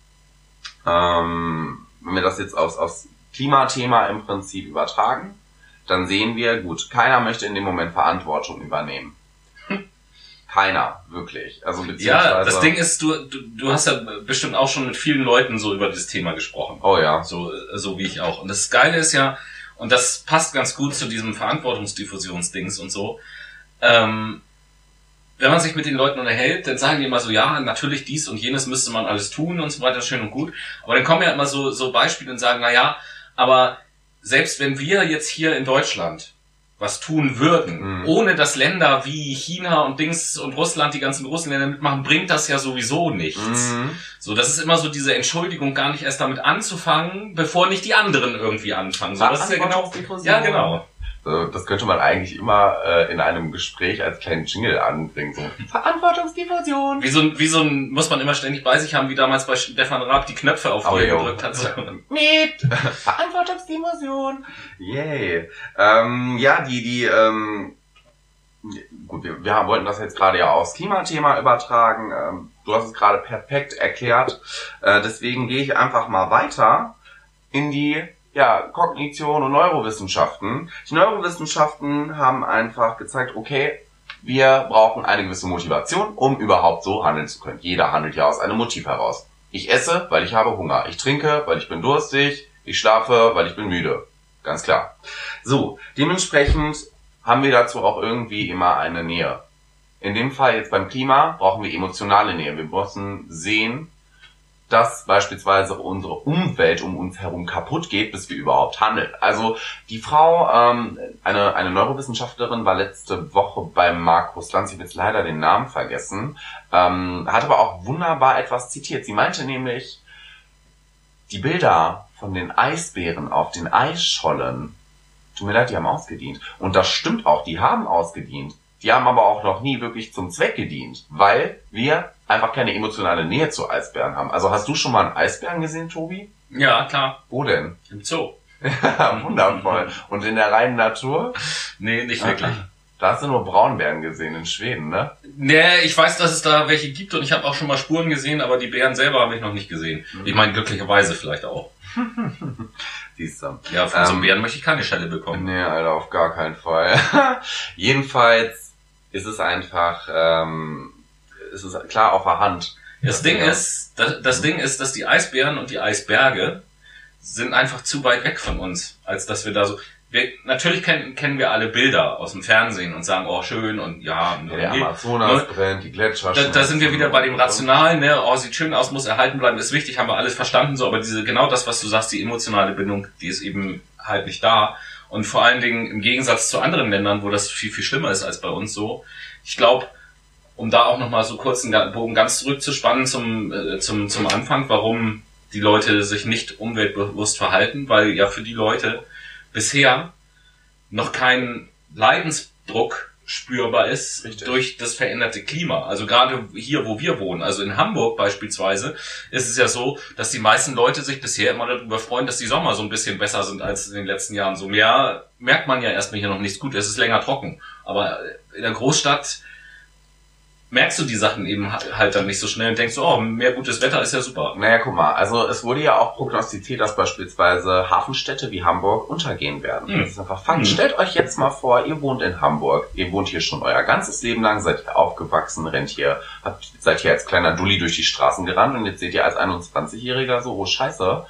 wenn wir das jetzt aufs Klimathema im Prinzip übertragen, dann sehen wir, gut, keiner möchte in dem Moment Verantwortung übernehmen. Keiner, wirklich. Also beziehungsweise. Ja, das Ding ist, du hast ja bestimmt auch schon mit vielen Leuten so über dieses Thema gesprochen. Oh ja. So wie ich auch. Und das Geile ist ja, und das passt ganz gut zu diesem Verantwortungsdiffusionsdings und so, wenn man sich mit den Leuten unterhält, dann sagen die immer so, ja, natürlich dies und jenes müsste man alles tun und so weiter, schön und gut. Aber dann kommen ja immer so Beispiele und sagen, na ja, aber selbst wenn wir jetzt hier in Deutschland was tun würden, ohne dass Länder wie China und Dings und Russland, die ganzen großen Länder mitmachen, bringt das ja sowieso nichts. So, das ist immer so diese Entschuldigung, gar nicht erst damit anzufangen, bevor nicht die anderen irgendwie anfangen. So, das ist ja genau. Ja, genau. Das könnte man eigentlich immer in einem Gespräch als kleinen Jingle anbringen. So Verantwortungsdiffusion. Wie so ein muss man immer ständig bei sich haben, wie damals bei Stefan Raab die Knöpfe auf hier gedrückt hat. Mit Verantwortungsdiffusion. Yay. Gut, wir wollten das jetzt gerade ja aufs Klimathema übertragen. Du hast es gerade perfekt erklärt. Deswegen gehe ich einfach mal weiter in die Kognition und Neurowissenschaften. Die Neurowissenschaften haben einfach gezeigt, okay, wir brauchen eine gewisse Motivation, um überhaupt so handeln zu können. Jeder handelt ja aus einem Motiv heraus. Ich esse, weil ich habe Hunger. Ich trinke, weil ich bin durstig. Ich schlafe, weil ich bin müde. Ganz klar. So, dementsprechend haben wir dazu auch irgendwie immer eine Nähe. In dem Fall jetzt beim Klima brauchen wir emotionale Nähe. Wir müssen sehen, dass beispielsweise unsere Umwelt um uns herum kaputt geht, bis wir überhaupt handeln. Also die Frau, eine Neurowissenschaftlerin, war letzte Woche bei Markus Lanz, ich habe jetzt leider den Namen vergessen, hat aber auch wunderbar etwas zitiert. Sie meinte nämlich, die Bilder von den Eisbären auf den Eisschollen, tut mir leid, die haben ausgedient. Und das stimmt auch, die haben ausgedient. Die haben aber auch noch nie wirklich zum Zweck gedient, weil wir einfach keine emotionale Nähe zu Eisbären haben. Also hast du schon mal einen Eisbären gesehen, Tobi? Ja, klar. Wo denn? Im Zoo. Ja, wundervoll. Und in der reinen Natur? Nee, nicht wirklich. Da hast du nur Braunbären gesehen in Schweden, ne? Nee, ich weiß, dass es da welche gibt und ich habe auch schon mal Spuren gesehen, aber die Bären selber habe ich noch nicht gesehen. Ich meine, glücklicherweise vielleicht auch. Siehst du. Ja, von so einem Bären möchte ich keine Schelle bekommen. Nee, Alter, auf gar keinen Fall. Jedenfalls ist es einfach, es ist klar auf der Hand. Das Ding ist, dass die Eisbären und die Eisberge sind einfach zu weit weg von uns, als dass wir da so. Natürlich kennen wir alle Bilder aus dem Fernsehen und sagen, oh schön und ja. Der Amazonas brennt, die Gletscher. Da sind wir wieder bei dem Rationalen, ne? Oh, sieht schön aus, muss erhalten bleiben, ist wichtig, haben wir alles verstanden, so, aber genau das, was du sagst, die emotionale Bindung, die ist eben halt nicht da. Und vor allen Dingen im Gegensatz zu anderen Ländern, wo das viel, viel schlimmer ist als bei uns so. Ich glaube, um da auch nochmal so kurz einen Bogen ganz zurückzuspannen zum Anfang, warum die Leute sich nicht umweltbewusst verhalten, weil ja für die Leute bisher noch kein Leidensdruck spürbar ist. Richtig. Durch das veränderte Klima. Also gerade hier, wo wir wohnen, also in Hamburg beispielsweise, ist es ja so, dass die meisten Leute sich bisher immer darüber freuen, dass die Sommer so ein bisschen besser sind als in den letzten Jahren. So mehr merkt man ja erstmal hier noch nichts. Gut, es ist länger trocken. Aber in der Großstadt merkst du die Sachen eben halt dann nicht so schnell und denkst so, oh, mehr gutes Wetter ist ja super. Naja, guck mal, also es wurde ja auch prognostiziert, dass beispielsweise Hafenstädte wie Hamburg untergehen werden. Das ist einfach Fakt. Stellt euch jetzt mal vor, ihr wohnt in Hamburg, ihr wohnt hier schon euer ganzes Leben lang, seid hier aufgewachsen, seid hier als kleiner Dulli durch die Straßen gerannt und jetzt seht ihr als 21-Jähriger so, oh scheiße,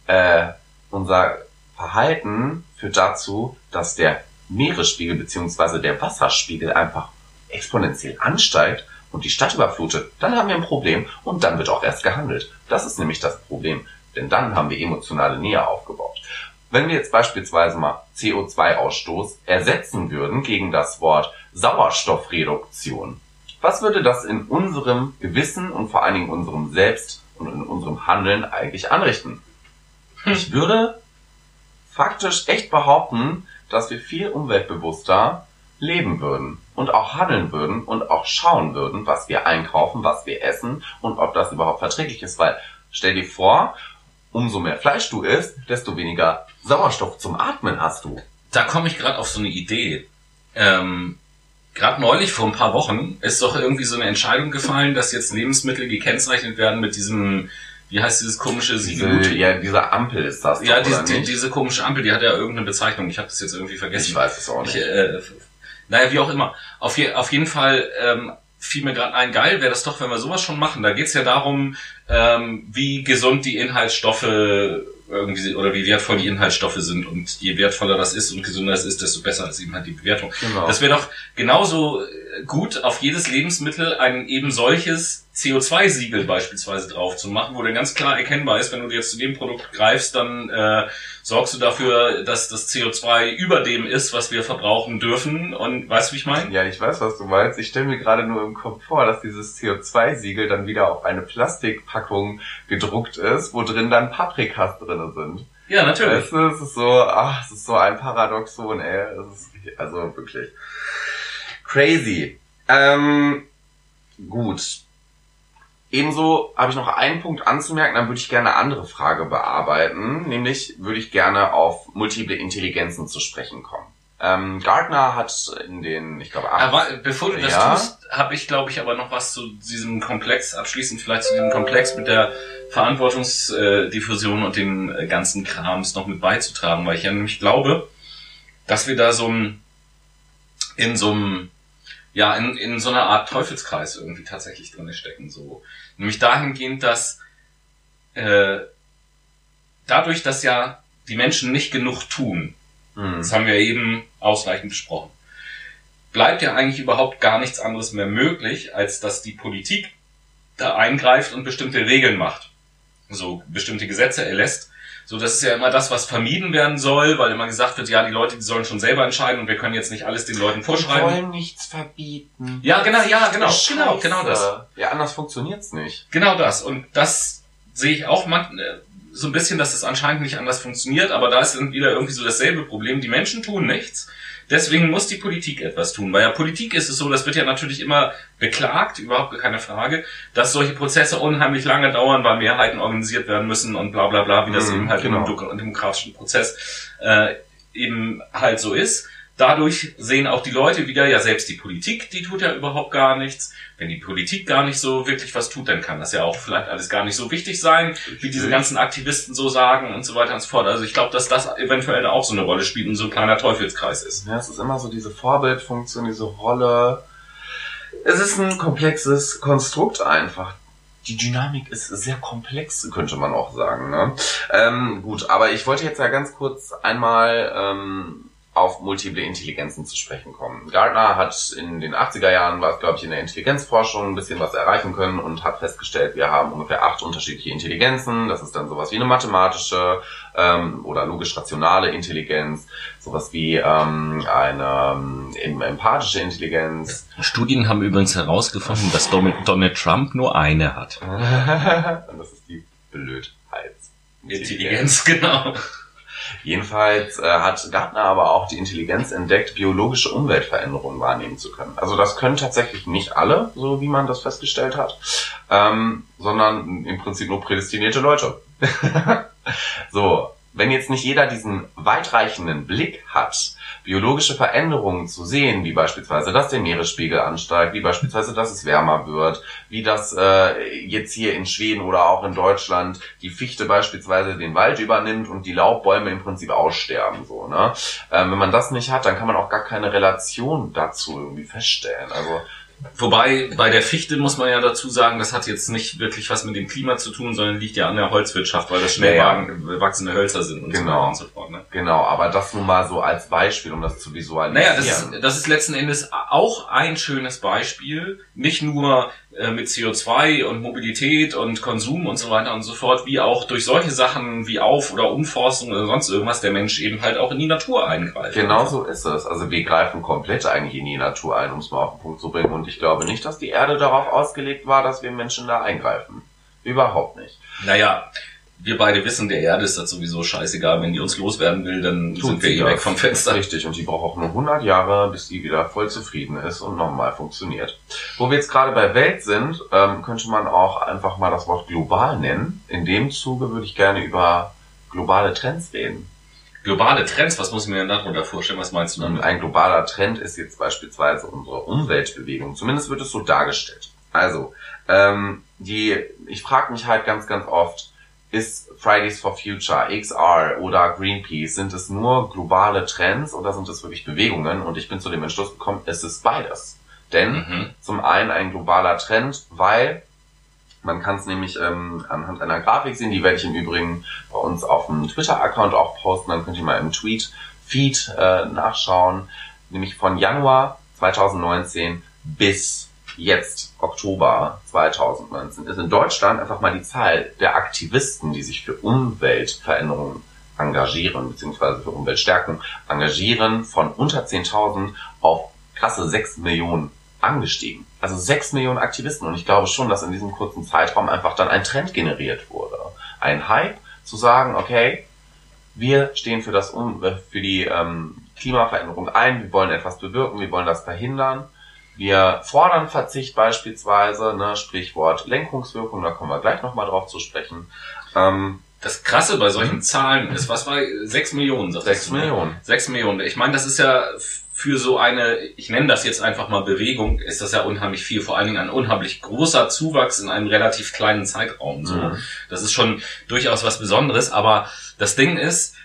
unser Verhalten führt dazu, dass der Meeresspiegel bzw. der Wasserspiegel einfach exponentiell ansteigt und die Stadt überflutet, dann haben wir ein Problem und dann wird auch erst gehandelt. Das ist nämlich das Problem, denn dann haben wir emotionale Nähe aufgebaut. Wenn wir jetzt beispielsweise mal CO2-Ausstoß ersetzen würden gegen das Wort Sauerstoffreduktion, was würde das in unserem Gewissen und vor allen Dingen in unserem Selbst und in unserem Handeln eigentlich anrichten? Ich würde faktisch echt behaupten, dass wir viel umweltbewusster leben würden und auch handeln würden und auch schauen würden, was wir einkaufen, was wir essen und ob das überhaupt verträglich ist. Weil, stell dir vor, umso mehr Fleisch du isst, desto weniger Sauerstoff zum Atmen hast du. Da komme ich gerade auf so eine Idee. gerade neulich, vor ein paar Wochen, ist doch irgendwie so eine Entscheidung gefallen, dass jetzt Lebensmittel gekennzeichnet werden mit diesem, wie heißt dieses komische Siegel? Diese Ampel ist das doch, ja, diese komische Ampel, die hat ja irgendeine Bezeichnung. Ich habe das jetzt irgendwie vergessen. Ich weiß es auch nicht. Naja, wie auch immer. Auf jeden Fall fiel mir gerade ein, geil wäre das doch, wenn wir sowas schon machen. Da geht's ja darum, wie gesund die Inhaltsstoffe irgendwie oder wie wertvoll die Inhaltsstoffe sind, und je wertvoller das ist und gesünder es ist, desto besser ist eben halt die Bewertung. Genau. Das wäre doch genauso gut, auf jedes Lebensmittel ein eben solches CO2-Siegel beispielsweise drauf zu machen, wo dann ganz klar erkennbar ist, wenn du jetzt zu dem Produkt greifst, dann sorgst du dafür, dass das CO2 über dem ist, was wir verbrauchen dürfen. Und weißt du, wie ich meine? Ja, ich weiß, was du meinst. Ich stelle mir gerade nur im Kopf vor, dass dieses CO2-Siegel dann wieder auf eine Plastikpackung gedruckt ist, wo drin dann Paprikas drin sind. Ja, natürlich. Weißt du, es ist so ein Paradoxon, ey. Also wirklich crazy. Gut. Ebenso habe ich noch einen Punkt anzumerken, dann würde ich gerne eine andere Frage bearbeiten. Nämlich würde ich gerne auf multiple Intelligenzen zu sprechen kommen. Gartner hat in den, ich glaube, bevor du das tust, habe ich, glaube ich, aber noch was zu diesem Komplex, abschließend vielleicht zu diesem Komplex mit der Verantwortungsdiffusion und dem ganzen Krams noch mit beizutragen, weil ich ja nämlich glaube, dass wir da in so einer Art Teufelskreis irgendwie tatsächlich drin stecken, so. Nämlich dahingehend, dass dadurch, dass ja die Menschen nicht genug tun, das haben wir eben ausreichend besprochen, bleibt ja eigentlich überhaupt gar nichts anderes mehr möglich, als dass die Politik da eingreift und bestimmte Regeln macht, so bestimmte Gesetze erlässt. So, das ist ja immer das, was vermieden werden soll, weil immer gesagt wird, ja, die Leute, die sollen schon selber entscheiden und wir können jetzt nicht alles den Leuten vorschreiben. Wir wollen nichts verbieten. Ja, genau das. Ja, anders funktioniert's nicht. Genau das. Und das sehe ich auch so ein bisschen, dass es anscheinend nicht anders funktioniert, aber da ist dann wieder irgendwie so dasselbe Problem. Die Menschen tun nichts. Deswegen muss die Politik etwas tun. Weil ja Politik ist es so, das wird ja natürlich immer beklagt, überhaupt keine Frage, dass solche Prozesse unheimlich lange dauern, weil Mehrheiten organisiert werden müssen und bla bla bla, wie das eben halt im demokratischen Prozess eben halt so ist. Dadurch sehen auch die Leute wieder, ja selbst die Politik, die tut ja überhaupt gar nichts. Wenn die Politik gar nicht so wirklich was tut, dann kann das ja auch vielleicht alles gar nicht so wichtig sein, wie diese ganzen Aktivisten so sagen und so weiter und so fort. Also ich glaube, dass das eventuell auch so eine Rolle spielt und so ein kleiner Teufelskreis ist. Ja, es ist immer so diese Vorbildfunktion, diese Rolle. Es ist ein komplexes Konstrukt einfach. Die Dynamik ist sehr komplex, könnte man auch sagen, ne? Gut, aber ich wollte jetzt ja ganz kurz einmal auf multiple Intelligenzen zu sprechen kommen. Gartner hat in den 80er Jahren, war es glaube ich in der Intelligenzforschung, ein bisschen was erreichen können und hat festgestellt, wir haben ungefähr 8 unterschiedliche Intelligenzen. Das ist dann sowas wie eine mathematische oder logisch-rationale Intelligenz, sowas wie eine empathische Intelligenz. Studien haben übrigens herausgefunden, dass Donald Trump nur eine hat. Und das ist die Blödheitsintelligenz. Genau. Jedenfalls hat Gartner aber auch die Intelligenz entdeckt, biologische Umweltveränderungen wahrnehmen zu können. Also das können tatsächlich nicht alle, so wie man das festgestellt hat, sondern im Prinzip nur prädestinierte Leute. So, wenn jetzt nicht jeder diesen weitreichenden Blick hat, biologische Veränderungen zu sehen, wie beispielsweise, dass der Meeresspiegel ansteigt, wie beispielsweise, dass es wärmer wird, wie das jetzt hier in Schweden oder auch in Deutschland die Fichte beispielsweise den Wald übernimmt und die Laubbäume im Prinzip aussterben, so, ne? Wenn man das nicht hat, dann kann man auch gar keine Relation dazu irgendwie feststellen. Also wobei, bei der Fichte muss man ja dazu sagen, das hat jetzt nicht wirklich was mit dem Klima zu tun, sondern liegt ja an der Holzwirtschaft, weil das schnell wachsende Hölzer sind und so weiter und so fort. Ne? Genau, aber das nun mal so als Beispiel, um das zu visualisieren. Naja, das ist letzten Endes auch ein schönes Beispiel, nicht nur mit CO2 und Mobilität und Konsum und so weiter und so fort, wie auch durch solche Sachen wie Auf- oder Umforstung oder sonst irgendwas der Mensch eben halt auch in die Natur eingreift. Genau so ist es. Also wir greifen komplett eigentlich in die Natur ein, um es mal auf den Punkt zu bringen. Und ich glaube nicht, dass die Erde darauf ausgelegt war, dass wir Menschen da eingreifen. Überhaupt nicht. Naja, wir beide wissen, der Erde ist das sowieso scheißegal. Wenn die uns loswerden will, dann sind wir weg vom Fenster. Richtig, und die braucht auch nur 100 Jahre, bis die wieder voll zufrieden ist und normal funktioniert. Wo wir jetzt gerade bei Welt sind, könnte man auch einfach mal das Wort global nennen. In dem Zuge würde ich gerne über globale Trends reden. Globale Trends, was muss ich mir denn darunter vorstellen? Was meinst du damit? Ein globaler Trend ist jetzt beispielsweise unsere Umweltbewegung. Zumindest wird es so dargestellt. Also, ich frage mich halt ganz, ganz oft, ist Fridays for Future, XR oder Greenpeace, sind es nur globale Trends oder sind es wirklich Bewegungen? Und ich bin zu dem Entschluss gekommen, es ist beides. Denn zum einen ein globaler Trend, weil man kann es nämlich anhand einer Grafik sehen, die werde ich im Übrigen bei uns auf dem Twitter-Account auch posten, dann könnt ihr mal im Tweet-Feed nachschauen, nämlich von Januar 2019 bis jetzt, Oktober 2019, ist in Deutschland einfach mal die Zahl der Aktivisten, die sich für Umweltveränderungen engagieren, beziehungsweise für Umweltstärkung engagieren, von unter 10.000 auf krasse 6 Millionen angestiegen. Also 6 Millionen Aktivisten. Und ich glaube schon, dass in diesem kurzen Zeitraum einfach dann ein Trend generiert wurde. Ein Hype, zu sagen, okay, wir stehen für die Klimaveränderung ein, wir wollen etwas bewirken, wir wollen das verhindern. Wir fordern Verzicht beispielsweise, Sprichwort Lenkungswirkung, da kommen wir gleich nochmal drauf zu sprechen. Das Krasse bei solchen Zahlen ist, was war 6 Millionen? 6 Millionen. 6 Millionen. Ich meine, das ist ja für so eine, ich nenne das jetzt einfach mal Bewegung, ist das ja unheimlich viel. Vor allen Dingen ein unheimlich großer Zuwachs in einem relativ kleinen Zeitraum. So, das ist schon durchaus was Besonderes. Aber das Ding ist,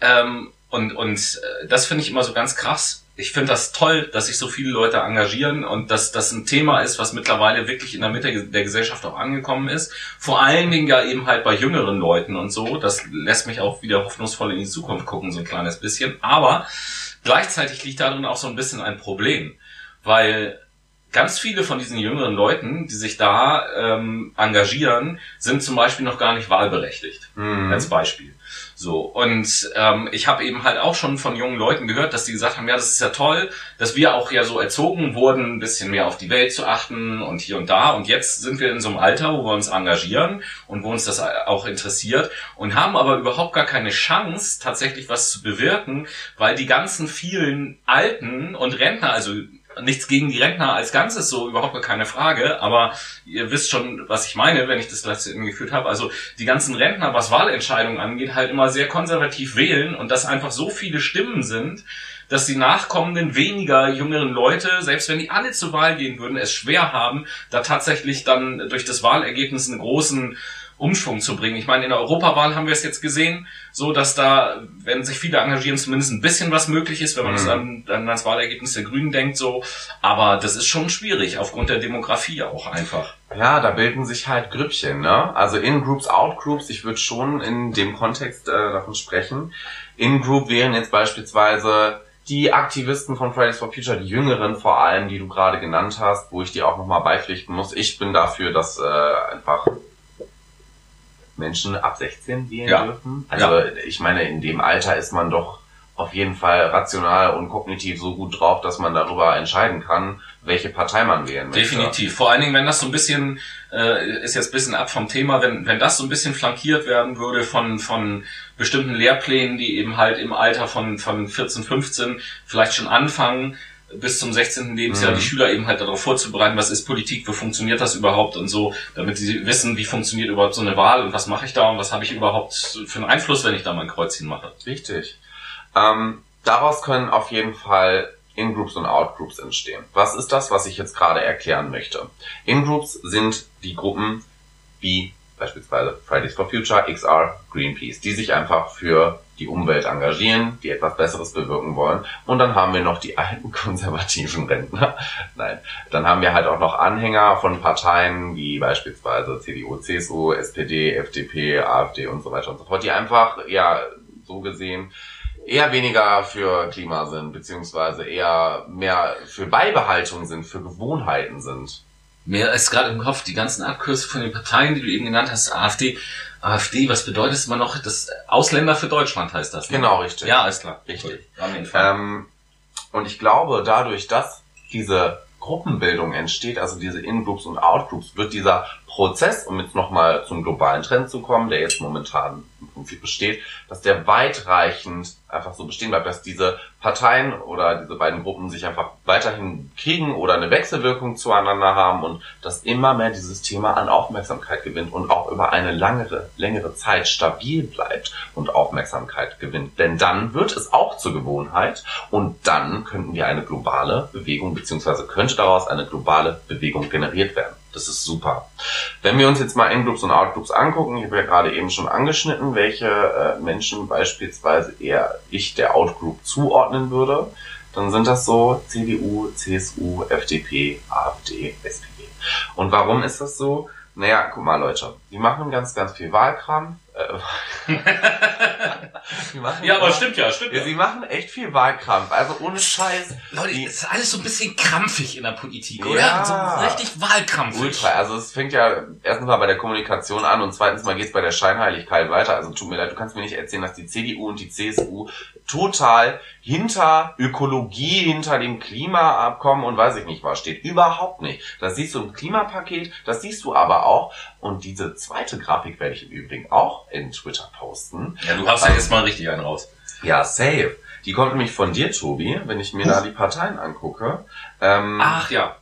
und das finde ich immer so ganz krass. Ich finde das toll, dass sich so viele Leute engagieren und dass das ein Thema ist, was mittlerweile wirklich in der Mitte der Gesellschaft auch angekommen ist. Vor allen Dingen ja eben halt bei jüngeren Leuten und so. Das lässt mich auch wieder hoffnungsvoll in die Zukunft gucken, so ein kleines bisschen. Aber gleichzeitig liegt darin auch so ein bisschen ein Problem, weil ganz viele von diesen jüngeren Leuten, die sich da engagieren, sind zum Beispiel noch gar nicht wahlberechtigt. Als Beispiel. So, und ich habe eben halt auch schon von jungen Leuten gehört, dass die gesagt haben, ja, das ist ja toll, dass wir auch ja so erzogen wurden, ein bisschen mehr auf die Welt zu achten und hier und da. Und jetzt sind wir in so einem Alter, wo wir uns engagieren und wo uns das auch interessiert und haben aber überhaupt gar keine Chance, tatsächlich was zu bewirken, weil die ganzen vielen Alten und Rentner, also nichts gegen die Rentner als Ganzes, so überhaupt gar keine Frage, aber ihr wisst schon, was ich meine, wenn ich das gleich zu Ende geführt habe. Also die ganzen Rentner, was Wahlentscheidungen angeht, halt immer sehr konservativ wählen und dass einfach so viele Stimmen sind, dass die nachkommenden weniger jüngeren Leute, selbst wenn die alle zur Wahl gehen würden, es schwer haben, da tatsächlich dann durch das Wahlergebnis einen großen Umschwung zu bringen. Ich meine, in der Europawahl haben wir es jetzt gesehen, so dass da, wenn sich viele engagieren, zumindest ein bisschen was möglich ist, wenn man das dann ans Wahlergebnis der Grünen denkt, so. Aber das ist schon schwierig, aufgrund der Demografie auch einfach. Ja, da bilden sich halt Grüppchen, Also In-Groups, Out-Groups, ich würde schon in dem Kontext davon sprechen. In-Group wären jetzt beispielsweise die Aktivisten von Fridays for Future, die Jüngeren vor allem, die du gerade genannt hast, wo ich dir auch nochmal beipflichten muss. Ich bin dafür, dass einfach Menschen ab 16 wählen dürfen. Also ich meine, in dem Alter ist man doch auf jeden Fall rational und kognitiv so gut drauf, dass man darüber entscheiden kann, welche Partei man wählen möchte. Definitiv. Vor allen Dingen, wenn das so ein bisschen, ist jetzt ein bisschen ab vom Thema, wenn das so ein bisschen flankiert werden würde von bestimmten Lehrplänen, die eben halt im Alter von 14, 15 vielleicht schon anfangen, bis zum 16. Lebensjahr die Schüler eben halt darauf vorzubereiten, was ist Politik, wie funktioniert das überhaupt und so, damit sie wissen, wie funktioniert überhaupt so eine Wahl und was mache ich da und was habe ich überhaupt für einen Einfluss, wenn ich da mein Kreuzchen mache. Richtig. Daraus können auf jeden Fall In-Groups und Out-Groups entstehen. Was ist das, was ich jetzt gerade erklären möchte? In-Groups sind die Gruppen wie beispielsweise Fridays for Future, XR, Greenpeace, die sich einfach für die Umwelt engagieren, die etwas Besseres bewirken wollen. Und dann haben wir noch die alten konservativen Rentner. Nein, dann haben wir halt auch noch Anhänger von Parteien wie beispielsweise CDU, CSU, SPD, FDP, AfD und so weiter und so fort, die einfach, so gesehen, eher weniger für Klima sind, beziehungsweise eher mehr für Beibehaltung sind, für Gewohnheiten sind. Mir ist gerade im Kopf die ganzen Abkürzungen von den Parteien, die du eben genannt hast, AfD, was bedeutet es immer noch? Das Ausländer für Deutschland heißt das, ne? Genau, richtig. Ja, alles klar. Richtig. Auf jeden Fall. Und ich glaube, dadurch, dass diese Gruppenbildung entsteht, also diese In-Groups und Out-Groups, wird dieser Prozess, um jetzt nochmal zum globalen Trend zu kommen, der jetzt momentan im Prinzip besteht, dass der weitreichend einfach so bestehen bleibt, dass diese Parteien oder diese beiden Gruppen sich einfach weiterhin kriegen oder eine Wechselwirkung zueinander haben und dass immer mehr dieses Thema an Aufmerksamkeit gewinnt und auch über eine längere Zeit stabil bleibt und Aufmerksamkeit gewinnt. Denn dann wird es auch zur Gewohnheit und dann könnten wir eine globale Bewegung, beziehungsweise könnte daraus eine globale Bewegung generiert werden. Das ist super. Wenn wir uns jetzt mal In-Groups und Out-Groups angucken, ich habe ja gerade eben schon angeschnitten, welche Menschen beispielsweise eher ich der Out-Group zuordnen würde, dann sind das so CDU, CSU, FDP, AfD, SPD. Und warum ist das so? Naja, guck mal Leute, die machen ganz viel Wahlkram. Ja, aber stimmt ja. Sie machen echt viel Wahlkampf, also ohne Scheiß. Leute, es ist alles so ein bisschen krampfig in der Politik, oder? Ja, so richtig wahlkrampfig. Ultra, also es fängt ja erstens mal bei der Kommunikation an und zweitens mal geht's bei der Scheinheiligkeit weiter. Also tut mir leid, du kannst mir nicht erzählen, dass die CDU und die CSU total hinter Ökologie, hinter dem Klimaabkommen und weiß ich nicht was steht. Überhaupt nicht. Das siehst du im Klimapaket, das siehst du aber auch. Und diese zweite Grafik werde ich im Übrigen auch in Twitter posten. Ja, du hast ja jetzt mal richtig einen raus. Ja, safe. Die kommt nämlich von dir, Tobi, wenn ich mir da die Parteien angucke. Ach ja.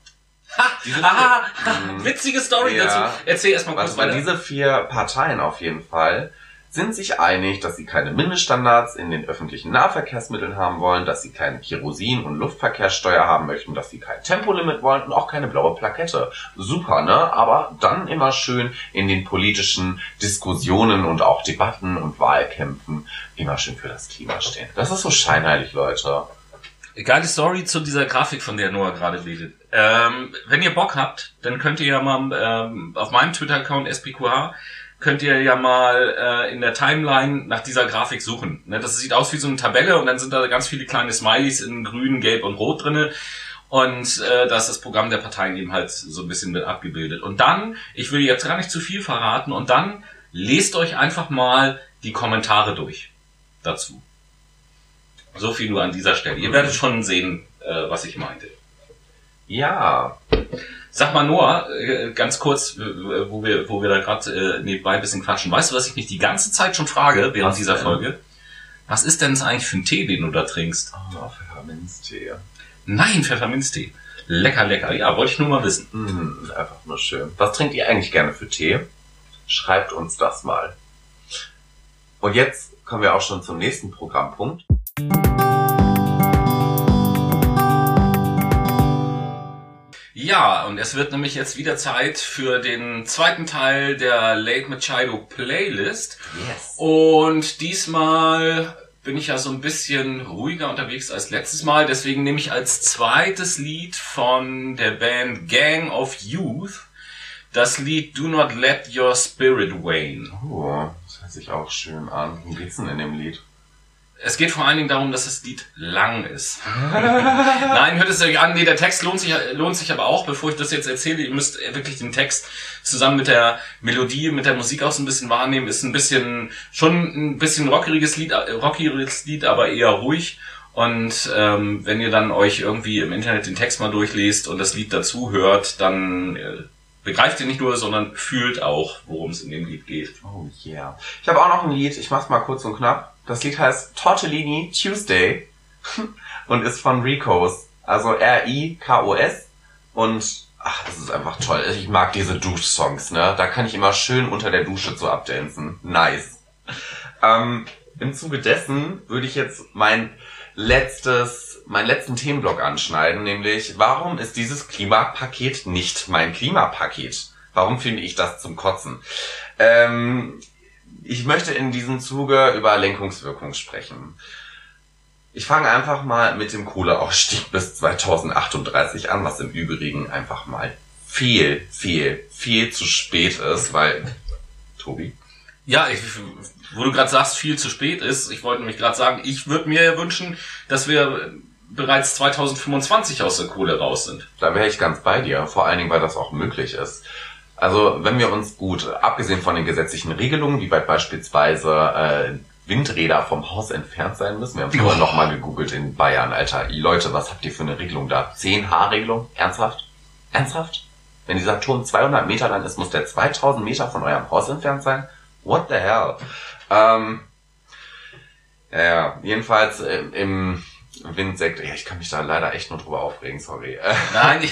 Witzige Story dazu. Erzähl erstmal kurz weiter. Diese 4 Parteien auf jeden Fall sind sich einig, dass sie keine Mindeststandards in den öffentlichen Nahverkehrsmitteln haben wollen, dass sie keine Kerosin- und Luftverkehrssteuer haben möchten, dass sie kein Tempolimit wollen und auch keine blaue Plakette. Super, ne? Aber dann immer schön in den politischen Diskussionen und auch Debatten und Wahlkämpfen immer schön für das Klima stehen. Das ist so scheinheilig, Leute. Geile Story zu dieser Grafik, von der Noah gerade redet. Wenn ihr Bock habt, dann könnt ihr ja mal auf meinem Twitter-Account SPQH könnt ihr ja mal in der Timeline nach dieser Grafik suchen. Ne, das sieht aus wie so eine Tabelle und dann sind da ganz viele kleine Smileys in grün, gelb und rot drinne. Und da ist das Programm der Parteien eben halt so ein bisschen mit abgebildet. Und dann, ich will jetzt gar nicht zu viel verraten, und dann lest euch einfach mal die Kommentare durch dazu. So viel nur an dieser Stelle. Ihr werdet schon sehen, was ich meinte. Ja. Sag mal, Noah, ganz kurz, wo wir da gerade nebenbei ein bisschen quatschen. Weißt du, was ich mich die ganze Zeit schon frage während dieser Folge? Was ist denn das eigentlich für ein Tee, den du da trinkst? Oh, Pfefferminztee. Nein, Pfefferminztee. Lecker, lecker. Ja, wollte ich nur mal wissen. Einfach nur schön. Was trinkt ihr eigentlich gerne für Tee? Schreibt uns das mal. Und jetzt kommen wir auch schon zum nächsten Programmpunkt. Ja, und es wird nämlich jetzt wieder Zeit für den zweiten Teil der Late Machado Playlist. Yes. Und diesmal bin ich ja so ein bisschen ruhiger unterwegs als letztes Mal. Deswegen nehme ich als zweites Lied von der Band Gang of Youth das Lied Do Not Let Your Spirit Wane. Oh, das hört sich auch schön an. Worum geht's denn in dem Lied? Es geht vor allen Dingen darum, dass das Lied lang ist. Nein, hört es euch an. Nee, der Text lohnt sich aber auch. Bevor ich das jetzt erzähle, ihr müsst wirklich den Text zusammen mit der Melodie, mit der Musik auch so ein bisschen wahrnehmen. Ist schon ein bisschen rockiges Lied, aber eher ruhig. Und wenn ihr dann euch irgendwie im Internet den Text mal durchlest und das Lied dazu hört, dann begreift ihr nicht nur, sondern fühlt auch, worum es in dem Lied geht. Oh yeah. Ich habe auch noch ein Lied, ich mach's mal kurz und knapp. Das Lied heißt Tortellini Tuesday und ist von Ricos. Also R-I-K-O-S. Und das ist einfach toll. Ich mag diese Duschsongs, ne? Da kann ich immer schön unter der Dusche so abdancen. Nice. Im Zuge dessen würde ich jetzt meinen letzten Themenblock anschneiden, nämlich, warum ist dieses Klimapaket nicht mein Klimapaket? Warum finde ich das zum Kotzen? Ich möchte in diesem Zuge über Lenkungswirkung sprechen. Ich fange einfach mal mit dem Kohleausstieg bis 2038 an, was im Übrigen einfach mal viel zu spät ist, weil... Tobi? Ja, wo du gerade sagst, viel zu spät ist, ich wollte nämlich gerade sagen, ich würde mir wünschen, dass wir bereits 2025 aus der Kohle raus sind. Da wäre ich ganz bei dir, vor allen Dingen, weil das auch möglich ist. Also wenn wir uns gut, abgesehen von den gesetzlichen Regelungen, wie weit beispielsweise Windräder vom Haus entfernt sein müssen, wir haben vorher noch mal gegoogelt in Bayern, Alter, Leute, was habt ihr für eine Regelung da? 10H-Regelung? Ernsthaft? Ernsthaft? Wenn dieser Turm 200 Meter lang ist, muss der 2000 Meter von eurem Haus entfernt sein? What the hell? Ja, jedenfalls im Windsektor. Ja, ich kann mich da leider echt nur drüber aufregen, sorry. Nein,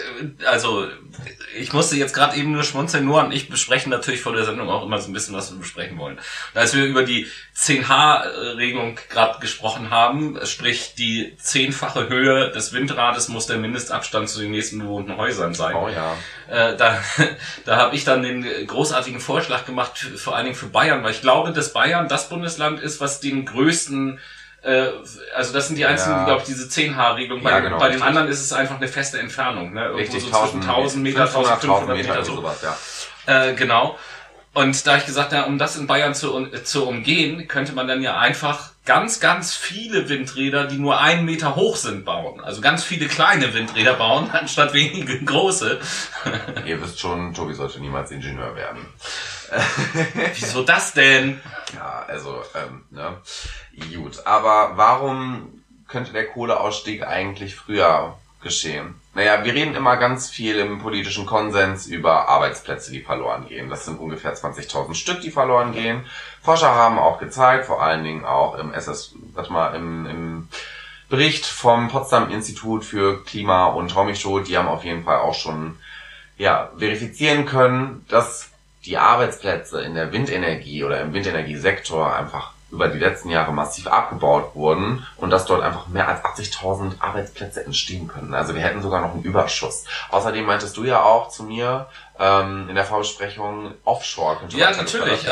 ich musste jetzt gerade eben nur schmunzeln, Noah und ich besprechen natürlich vor der Sendung auch immer so ein bisschen, was wir besprechen wollen. Und als wir über die 10H-Regelung gerade gesprochen haben, sprich die 10-fache Höhe des Windrades muss der Mindestabstand zu den nächsten bewohnten Häusern sein. Oh ja. Da habe ich dann den großartigen Vorschlag gemacht, vor allen Dingen für Bayern, weil ich glaube, dass Bayern das Bundesland ist, was den größten also das sind die einzigen, die, glaube ich, diese 10H-Regelung. Bei den anderen ist es einfach eine feste Entfernung, ne? Irgendwo richtig, so zwischen 1000 Meter, 1500 Meter, so. Sowas, ja. Genau. Und da ich gesagt habe, um das in Bayern zu umgehen, könnte man dann ja einfach ganz, ganz viele Windräder, die nur 1 Meter hoch sind, bauen. Also ganz viele kleine Windräder bauen, anstatt wenige große. Ihr wisst schon, Tobi sollte niemals Ingenieur werden. Wieso das denn? Ja, also, ne. Gut, aber warum könnte der Kohleausstieg eigentlich früher geschehen? Naja, wir reden immer ganz viel im politischen Konsens über Arbeitsplätze, die verloren gehen. Das sind ungefähr 20.000 Stück, die verloren gehen. Forscher haben auch gezeigt, vor allen Dingen auch im im Bericht vom Potsdam Institut für Klima- und Raumtod, die haben auf jeden Fall auch schon, verifizieren können, dass die Arbeitsplätze in der Windenergie oder im Windenergiesektor einfach über die letzten Jahre massiv abgebaut wurden und dass dort einfach mehr als 80.000 Arbeitsplätze entstehen können. Also wir hätten sogar noch einen Überschuss. Außerdem meintest du ja auch zu mir in der Vorbesprechung Offshore. Ja, natürlich.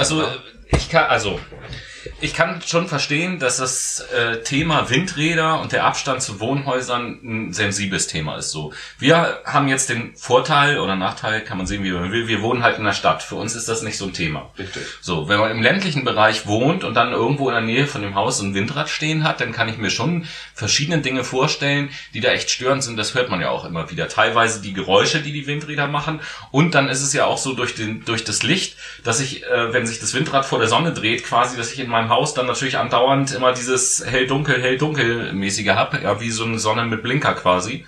Ich kann schon verstehen, dass das Thema Windräder und der Abstand zu Wohnhäusern ein sensibles Thema ist. So, wir haben jetzt den Vorteil oder Nachteil, kann man sehen, wie man will. Wir wohnen halt in der Stadt. Für uns ist das nicht so ein Thema. Richtig. So, wenn man im ländlichen Bereich wohnt und dann irgendwo in der Nähe von dem Haus so ein Windrad stehen hat, dann kann ich mir schon verschiedene Dinge vorstellen, die da echt störend sind. Das hört man ja auch immer wieder. Teilweise die Geräusche, die Windräder machen. Und dann ist es ja auch so durch das Licht, dass ich, wenn sich das Windrad vor der Sonne dreht, quasi, dass ich in meinem Haus dann natürlich andauernd immer dieses hell-dunkel-mäßige habe, ja, wie so eine Sonne mit Blinker quasi.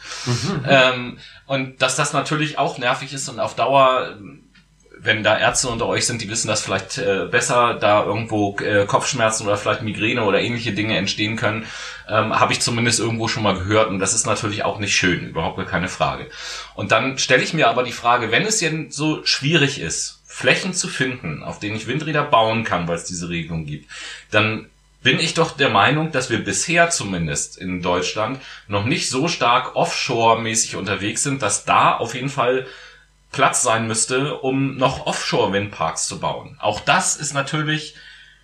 Und dass das natürlich auch nervig ist und auf Dauer, wenn da Ärzte unter euch sind, die wissen das vielleicht besser, da irgendwo Kopfschmerzen oder vielleicht Migräne oder ähnliche Dinge entstehen können, habe ich zumindest irgendwo schon mal gehört und das ist natürlich auch nicht schön, überhaupt keine Frage. Und dann stelle ich mir aber die Frage, wenn es denn so schwierig ist, Flächen zu finden, auf denen ich Windräder bauen kann, weil es diese Regelung gibt, dann bin ich doch der Meinung, dass wir bisher zumindest in Deutschland noch nicht so stark offshore-mäßig unterwegs sind, dass da auf jeden Fall Platz sein müsste, um noch Offshore-Windparks zu bauen. Auch das ist natürlich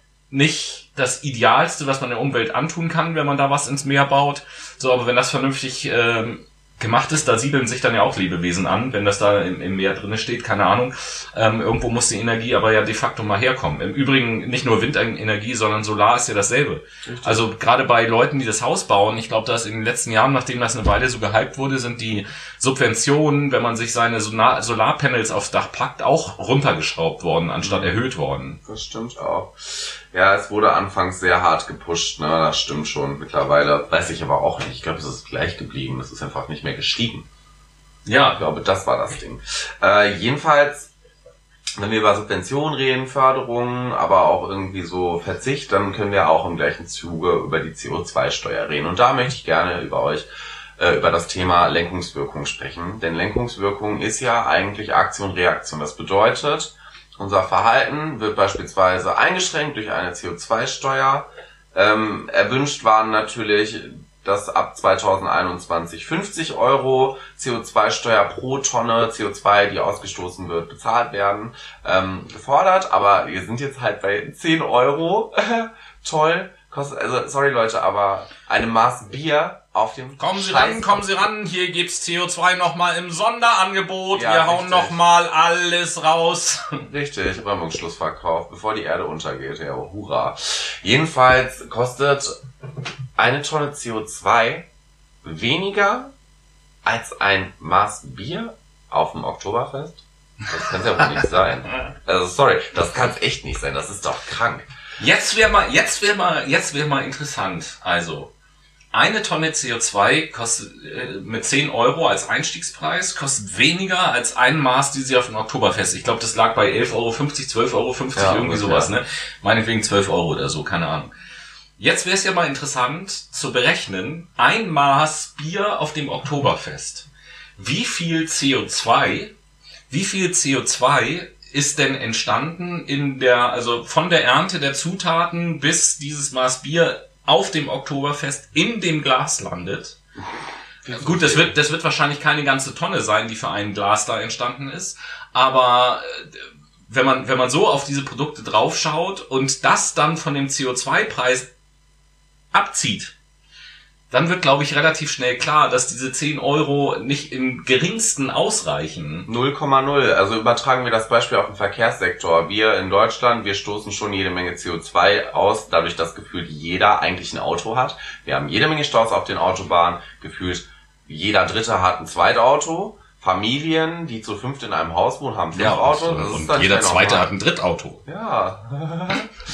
nicht das Idealste, was man der Umwelt antun kann, wenn man da was ins Meer baut. So, aber wenn das vernünftig gemacht ist, da siedeln sich dann ja auch Lebewesen an, wenn das da im Meer drinne steht, keine Ahnung. Irgendwo muss die Energie aber ja de facto mal herkommen. Im Übrigen nicht nur Windenergie, sondern Solar ist ja dasselbe. Richtig. Also gerade bei Leuten, die das Haus bauen, ich glaube, dass in den letzten Jahren, nachdem das eine Weile so gehypt wurde, sind die Subventionen, wenn man sich seine Solarpanels aufs Dach packt, auch runtergeschraubt worden, anstatt erhöht worden. Das stimmt auch. Ja, es wurde anfangs sehr hart gepusht, ne, das stimmt schon. Mittlerweile weiß ich aber auch nicht. Ich glaube, es ist gleich geblieben. Es ist einfach nicht mehr gestiegen. Ja. Ich glaube, das war das Ding. Jedenfalls, wenn wir über Subventionen reden, Förderungen, aber auch irgendwie so Verzicht, dann können wir auch im gleichen Zuge über die CO2-Steuer reden. Und da möchte ich gerne über das Thema Lenkungswirkung sprechen. Denn Lenkungswirkung ist ja eigentlich Aktion, Reaktion. Das bedeutet, unser Verhalten wird beispielsweise eingeschränkt durch eine CO2-Steuer. Erwünscht waren natürlich, dass ab 2021 50 € CO2-Steuer pro Tonne CO2, die ausgestoßen wird, bezahlt werden, gefordert. Aber wir sind jetzt halt bei 10 €. Toll. Kostet, also sorry Leute, aber eine Maß Bier auf dem Kommen Sie ran, hier gibt's CO2 nochmal im Sonderangebot, ja, wir hauen nochmal alles raus. Richtig, Räumungsschlussverkauf, bevor die Erde untergeht, ja, hurra. Jedenfalls kostet eine Tonne CO2 weniger als ein Maß Bier auf dem Oktoberfest? Das kann's ja wohl nicht sein. Also sorry, das kann's echt nicht sein, das ist doch krank. Jetzt wäre mal interessant. Also, eine Tonne CO2 kostet mit 10 € als Einstiegspreis, kostet weniger als ein Maß, die sie auf dem Oktoberfest. Ich glaube, das lag bei 11,50 €, 12,50 €, ja, irgendwie sowas, ne? Meinetwegen 12 € oder so, keine Ahnung. Jetzt wäre es ja mal interessant zu berechnen, ein Maß Bier auf dem Oktoberfest. Wie viel CO2 ist denn entstanden also von der Ernte der Zutaten bis dieses Maß Bier auf dem Oktoberfest in dem Glas landet? Gut, das wird wahrscheinlich keine ganze Tonne sein, die für ein Glas da entstanden ist, aber wenn man so auf diese Produkte draufschaut und das dann von dem CO2-Preis abzieht, dann wird, glaube ich, relativ schnell klar, dass diese 10 Euro nicht im geringsten ausreichen. 0,0. Also übertragen wir das Beispiel auf den Verkehrssektor. Wir in Deutschland, wir stoßen schon jede Menge CO2 aus, dadurch, dass gefühlt jeder eigentlich ein Auto hat. Wir haben jede Menge Staus auf den Autobahnen. Gefühlt jeder Dritte hat ein Zweitauto. Familien, die zu 5 in einem Haus wohnen, haben 5 Autos. Und jeder Zweite hat ein Drittauto. Ja.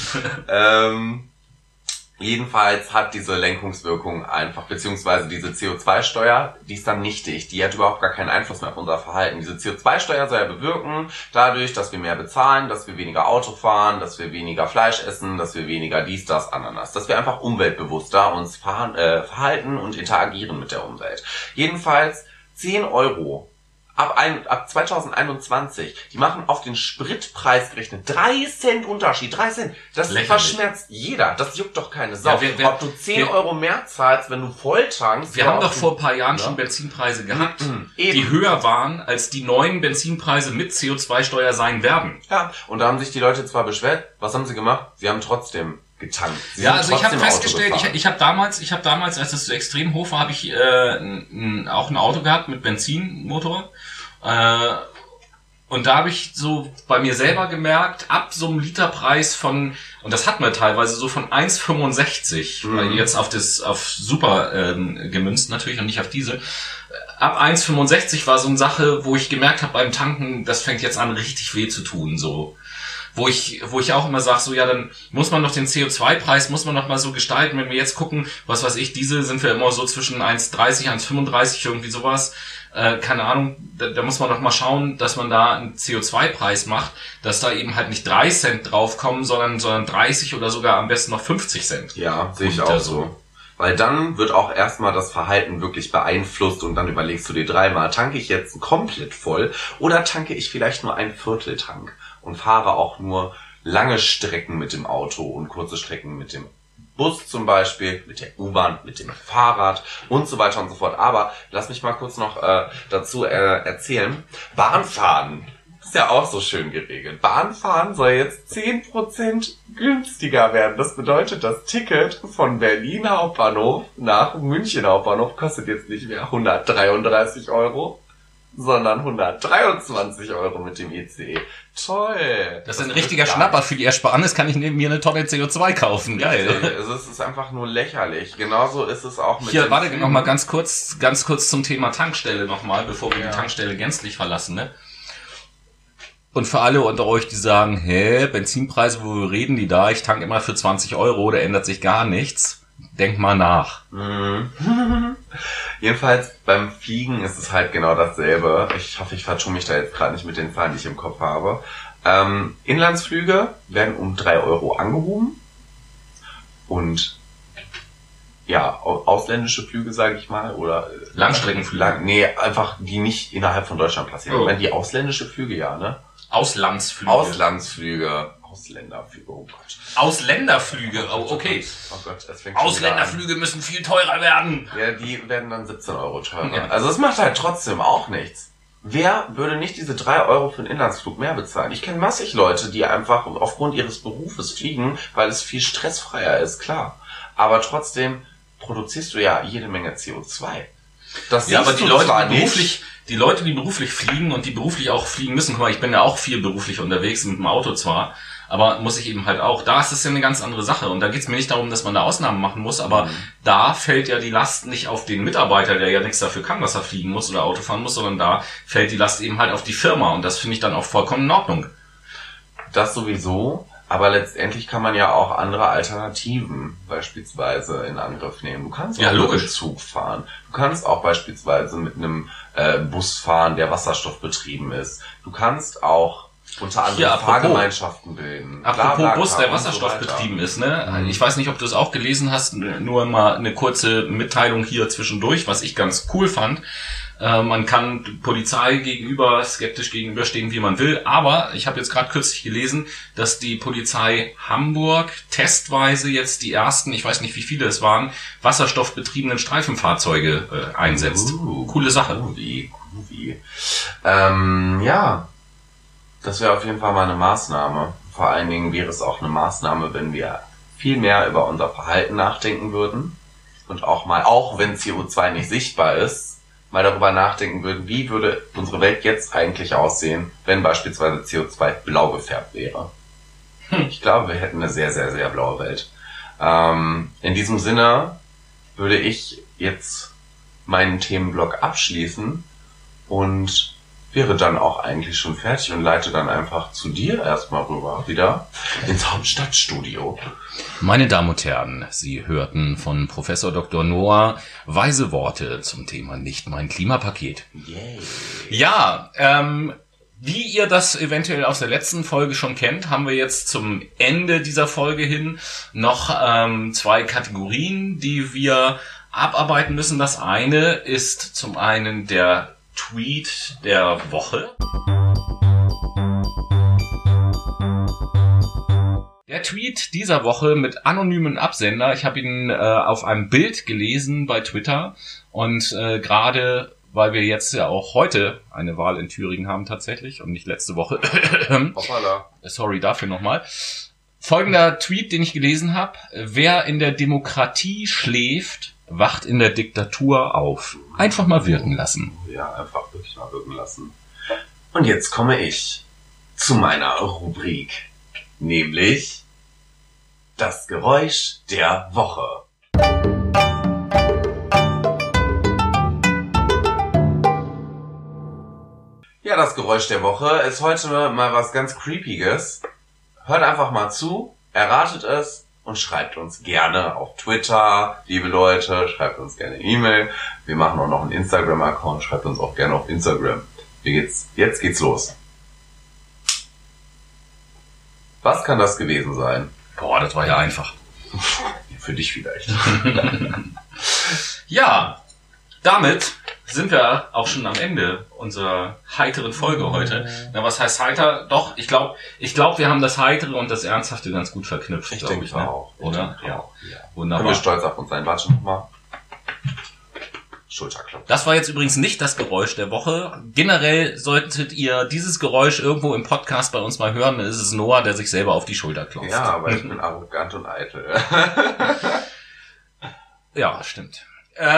Jedenfalls hat diese Lenkungswirkung einfach, beziehungsweise diese CO2-Steuer, die ist dann nichtig. Die hat überhaupt gar keinen Einfluss mehr auf unser Verhalten. Diese CO2-Steuer soll ja bewirken, dadurch, dass wir mehr bezahlen, dass wir weniger Auto fahren, dass wir weniger Fleisch essen, dass wir weniger dies, das, Ananas. Dass wir einfach umweltbewusster uns verhalten und interagieren mit der Umwelt. Jedenfalls 10 Euro. Ab 2021, die machen auf den Spritpreis gerechnet 3 Cent Unterschied, 3 Cent. Das verschmerzt jeder, das juckt doch keine Sau. Ja, ob du 10 Euro mehr zahlst, wenn du voll tankst. Wir haben doch vor ein paar Jahren schon Benzinpreise gehabt, die höher waren, als die neuen Benzinpreise mit CO2-Steuer sein werden. Ja, und da haben sich die Leute zwar beschwert, was haben sie gemacht? Sie haben trotzdem getankt. Ja, also ich habe festgestellt, ich habe damals, als es so extrem hoch war, habe ich auch ein Auto gehabt mit Benzinmotor. Und da habe ich so bei mir selber gemerkt, ab so einem Literpreis von, und das hat man teilweise so von 1,65, jetzt auf Super gemünzt natürlich und nicht auf Diesel. Ab 1,65 war so eine Sache, wo ich gemerkt habe beim Tanken, das fängt jetzt an richtig weh zu tun, so. Wo ich auch immer sage, so ja, dann muss man doch den CO2-Preis, muss man noch mal so gestalten, wenn wir jetzt gucken, was weiß ich, Diesel sind wir immer so zwischen 1,30, 1,35, irgendwie sowas, keine Ahnung, da muss man doch mal schauen, dass man da einen CO2-Preis macht, dass da eben halt nicht 3 Cent draufkommen, sondern 30 oder sogar am besten noch 50 Cent. Ja, sehe ich auch so. Weil dann wird auch erstmal das Verhalten wirklich beeinflusst und dann überlegst du dir dreimal, tanke ich jetzt komplett voll oder tanke ich vielleicht nur ein Vierteltank und fahre auch nur lange Strecken mit dem Auto und kurze Strecken mit dem Bus zum Beispiel, mit der U-Bahn, mit dem Fahrrad und so weiter und so fort. Aber lass mich mal kurz noch dazu erzählen. Bahnfahren ist ja auch so schön geregelt. Bahnfahren soll jetzt 10% günstiger werden. Das bedeutet, das Ticket von Berlin Hauptbahnhof nach München Hauptbahnhof kostet jetzt nicht mehr 133 Euro, sondern 123 Euro mit dem ICE. Toll! Das ist ein richtiger Schnapper für die Ersparnis, kann ich neben mir eine Tonne CO2 kaufen. Geil. Also es ist einfach nur lächerlich. Genauso ist es auch mit hier, warte noch mal ganz kurz zum Thema Tankstelle nochmal, bevor wir die Tankstelle gänzlich verlassen, ne? Und für alle unter euch, die sagen, Benzinpreise, wo wir reden, ich tanke immer für 20 Euro, da ändert sich gar nichts. Denk mal nach. Jedenfalls beim Fliegen ist es halt genau dasselbe. Ich hoffe, ich vertue mich da jetzt gerade nicht mit den Zahlen, die ich im Kopf habe. Inlandsflüge werden um 3 Euro angehoben. Und ja, ausländische Flüge, sage ich mal, oder Langstreckenflüge. Nee, einfach die nicht innerhalb von Deutschland passieren. Oh. Wenn die ausländische Flüge, ja, ne? Ausländerflüge, oh Gott. Ausländerflüge, oh, okay. Oh Gott, es fängt schon Ausländerflüge müssen viel teurer werden. Ja, die werden dann 17 Euro teurer. Ja. Also es macht halt trotzdem auch nichts. Wer würde nicht diese 3 Euro für einen Inlandsflug mehr bezahlen? Ich kenne massig Leute, die einfach aufgrund ihres Berufes fliegen, weil es viel stressfreier ist, klar. Aber trotzdem produzierst du ja jede Menge CO2. Das ja, aber die Leute, die beruflich fliegen und die beruflich auch fliegen müssen, guck mal, ich bin ja auch viel beruflich unterwegs, mit dem Auto zwar, aber muss ich eben halt auch, da ist es ja eine ganz andere Sache und da geht's mir nicht darum, dass man da Ausnahmen machen muss, aber da fällt ja die Last nicht auf den Mitarbeiter, der ja nichts dafür kann, dass er fliegen muss oder Auto fahren muss, sondern da fällt die Last eben halt auf die Firma und das finde ich dann auch vollkommen in Ordnung. Das sowieso. Aber letztendlich kann man ja auch andere Alternativen beispielsweise in Angriff nehmen. Du kannst auch mit dem Zug fahren. Du kannst auch beispielsweise mit einem Bus fahren, der wasserstoffbetrieben ist. Du kannst auch Unter anderem Fahrgemeinschaften bilden. Apropos Bus, der wasserstoffbetrieben ist, ne? Ich weiß nicht, ob du es auch gelesen hast, nur mal eine kurze Mitteilung hier zwischendurch, was ich ganz cool fand. Man kann Polizei skeptisch gegenüberstehen, wie man will, aber ich habe jetzt gerade kürzlich gelesen, dass die Polizei Hamburg testweise jetzt die ersten, ich weiß nicht wie viele es waren, wasserstoffbetriebenen Streifenfahrzeuge einsetzt. Coole Sache. Ja, das wäre auf jeden Fall mal eine Maßnahme. Vor allen Dingen wäre es auch eine Maßnahme, wenn wir viel mehr über unser Verhalten nachdenken würden und auch mal, auch wenn CO2 nicht sichtbar ist, mal darüber nachdenken würden, wie würde unsere Welt jetzt eigentlich aussehen, wenn beispielsweise CO2 blau gefärbt wäre. Ich glaube, wir hätten eine sehr, sehr, sehr blaue Welt. In diesem Sinne würde ich jetzt meinen Themenblock abschließen und wäre dann auch eigentlich schon fertig und leite dann einfach zu dir erstmal rüber, wieder ins Hauptstadtstudio. Meine Damen und Herren, Sie hörten von Professor Dr. Noah weise Worte zum Thema Nicht mein Klimapaket. Yay. Ja, wie ihr das eventuell aus der letzten Folge schon kennt, haben wir jetzt zum Ende dieser Folge hin noch 2 Kategorien, die wir abarbeiten müssen. Das eine ist zum einen der Tweet der Woche. Der Tweet dieser Woche mit anonymen Absender. Ich habe ihn auf einem Bild gelesen bei Twitter und gerade, weil wir jetzt ja auch heute eine Wahl in Thüringen haben tatsächlich und nicht letzte Woche. Hoppala. Sorry dafür nochmal. Folgender Tweet, den ich gelesen habe. Wer in der Demokratie schläft, wacht in der Diktatur auf. Einfach mal wirken lassen. Ja, einfach wirklich mal wirken lassen. Und jetzt komme ich zu meiner Rubrik, nämlich das Geräusch der Woche. Ja, das Geräusch der Woche ist heute mal was ganz Creepiges. Hört einfach mal zu, erratet es und schreibt uns gerne auf Twitter, liebe Leute, schreibt uns gerne eine E-Mail. Wir machen auch noch einen Instagram-Account, schreibt uns auch gerne auf Instagram. Jetzt geht's los. Was kann das gewesen sein? Boah, das war ja einfach. Für dich vielleicht. Ja, damit sind wir auch schon am Ende unserer heiteren Folge heute. Na, was heißt heiter? Doch, ich glaube, wir haben das Heitere und das Ernsthafte ganz gut verknüpft. Ich denke ne? auch. Oder? Ja. Wunderbar. Können wir stolz auf uns sein. Warte nochmal. Schulterklopfen. Das war jetzt übrigens nicht das Geräusch der Woche. Generell solltet ihr dieses Geräusch irgendwo im Podcast bei uns mal hören. Dann ist es Noah, der sich selber auf die Schulter klopft. Ja, aber ich bin arrogant und eitel. Ja, stimmt.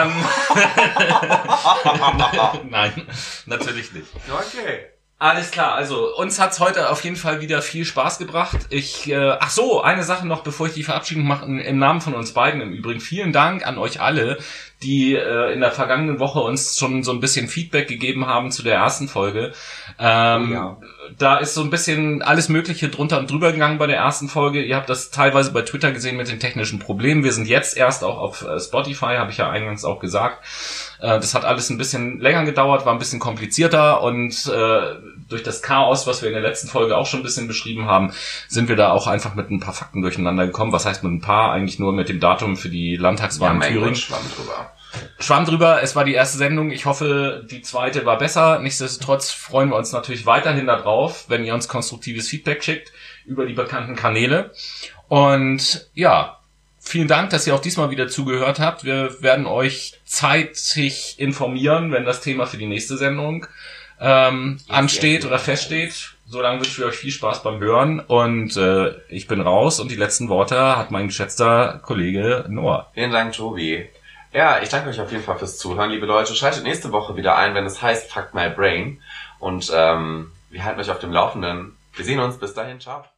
Nein, natürlich nicht. Okay. Alles klar, also uns hat's heute auf jeden Fall wieder viel Spaß gebracht. Ach so, eine Sache noch, bevor ich die Verabschiedung mache, im Namen von uns beiden im Übrigen. Vielen Dank an euch alle, die in der vergangenen Woche uns schon so ein bisschen Feedback gegeben haben zu der ersten Folge. Ja. Da ist so ein bisschen alles Mögliche drunter und drüber gegangen bei der ersten Folge. Ihr habt das teilweise bei Twitter gesehen mit den technischen Problemen. Wir sind jetzt erst auch auf Spotify, habe ich ja eingangs auch gesagt. Das hat alles ein bisschen länger gedauert, war ein bisschen komplizierter und durch das Chaos, was wir in der letzten Folge auch schon ein bisschen beschrieben haben, sind wir da auch einfach mit ein paar Fakten durcheinander gekommen. Was heißt mit ein paar? Eigentlich nur mit dem Datum für die Landtagswahl in Thüringen. Schwamm drüber, es war die erste Sendung. Ich hoffe, die zweite war besser. Nichtsdestotrotz freuen wir uns natürlich weiterhin darauf, wenn ihr uns konstruktives Feedback schickt über die bekannten Kanäle. Und ja, vielen Dank, dass ihr auch diesmal wieder zugehört habt. Wir werden euch zeitig informieren, wenn das Thema für die nächste Sendung ansteht oder feststeht. Solange wünschen wir euch viel Spaß beim Hören und ich bin raus und die letzten Worte hat mein geschätzter Kollege Noah. Vielen Dank, Tobi. Ja, ich danke euch auf jeden Fall fürs Zuhören, liebe Leute. Schaltet nächste Woche wieder ein, wenn es heißt Fuck My Brain. Und wir halten euch auf dem Laufenden. Wir sehen uns. Bis dahin. Ciao.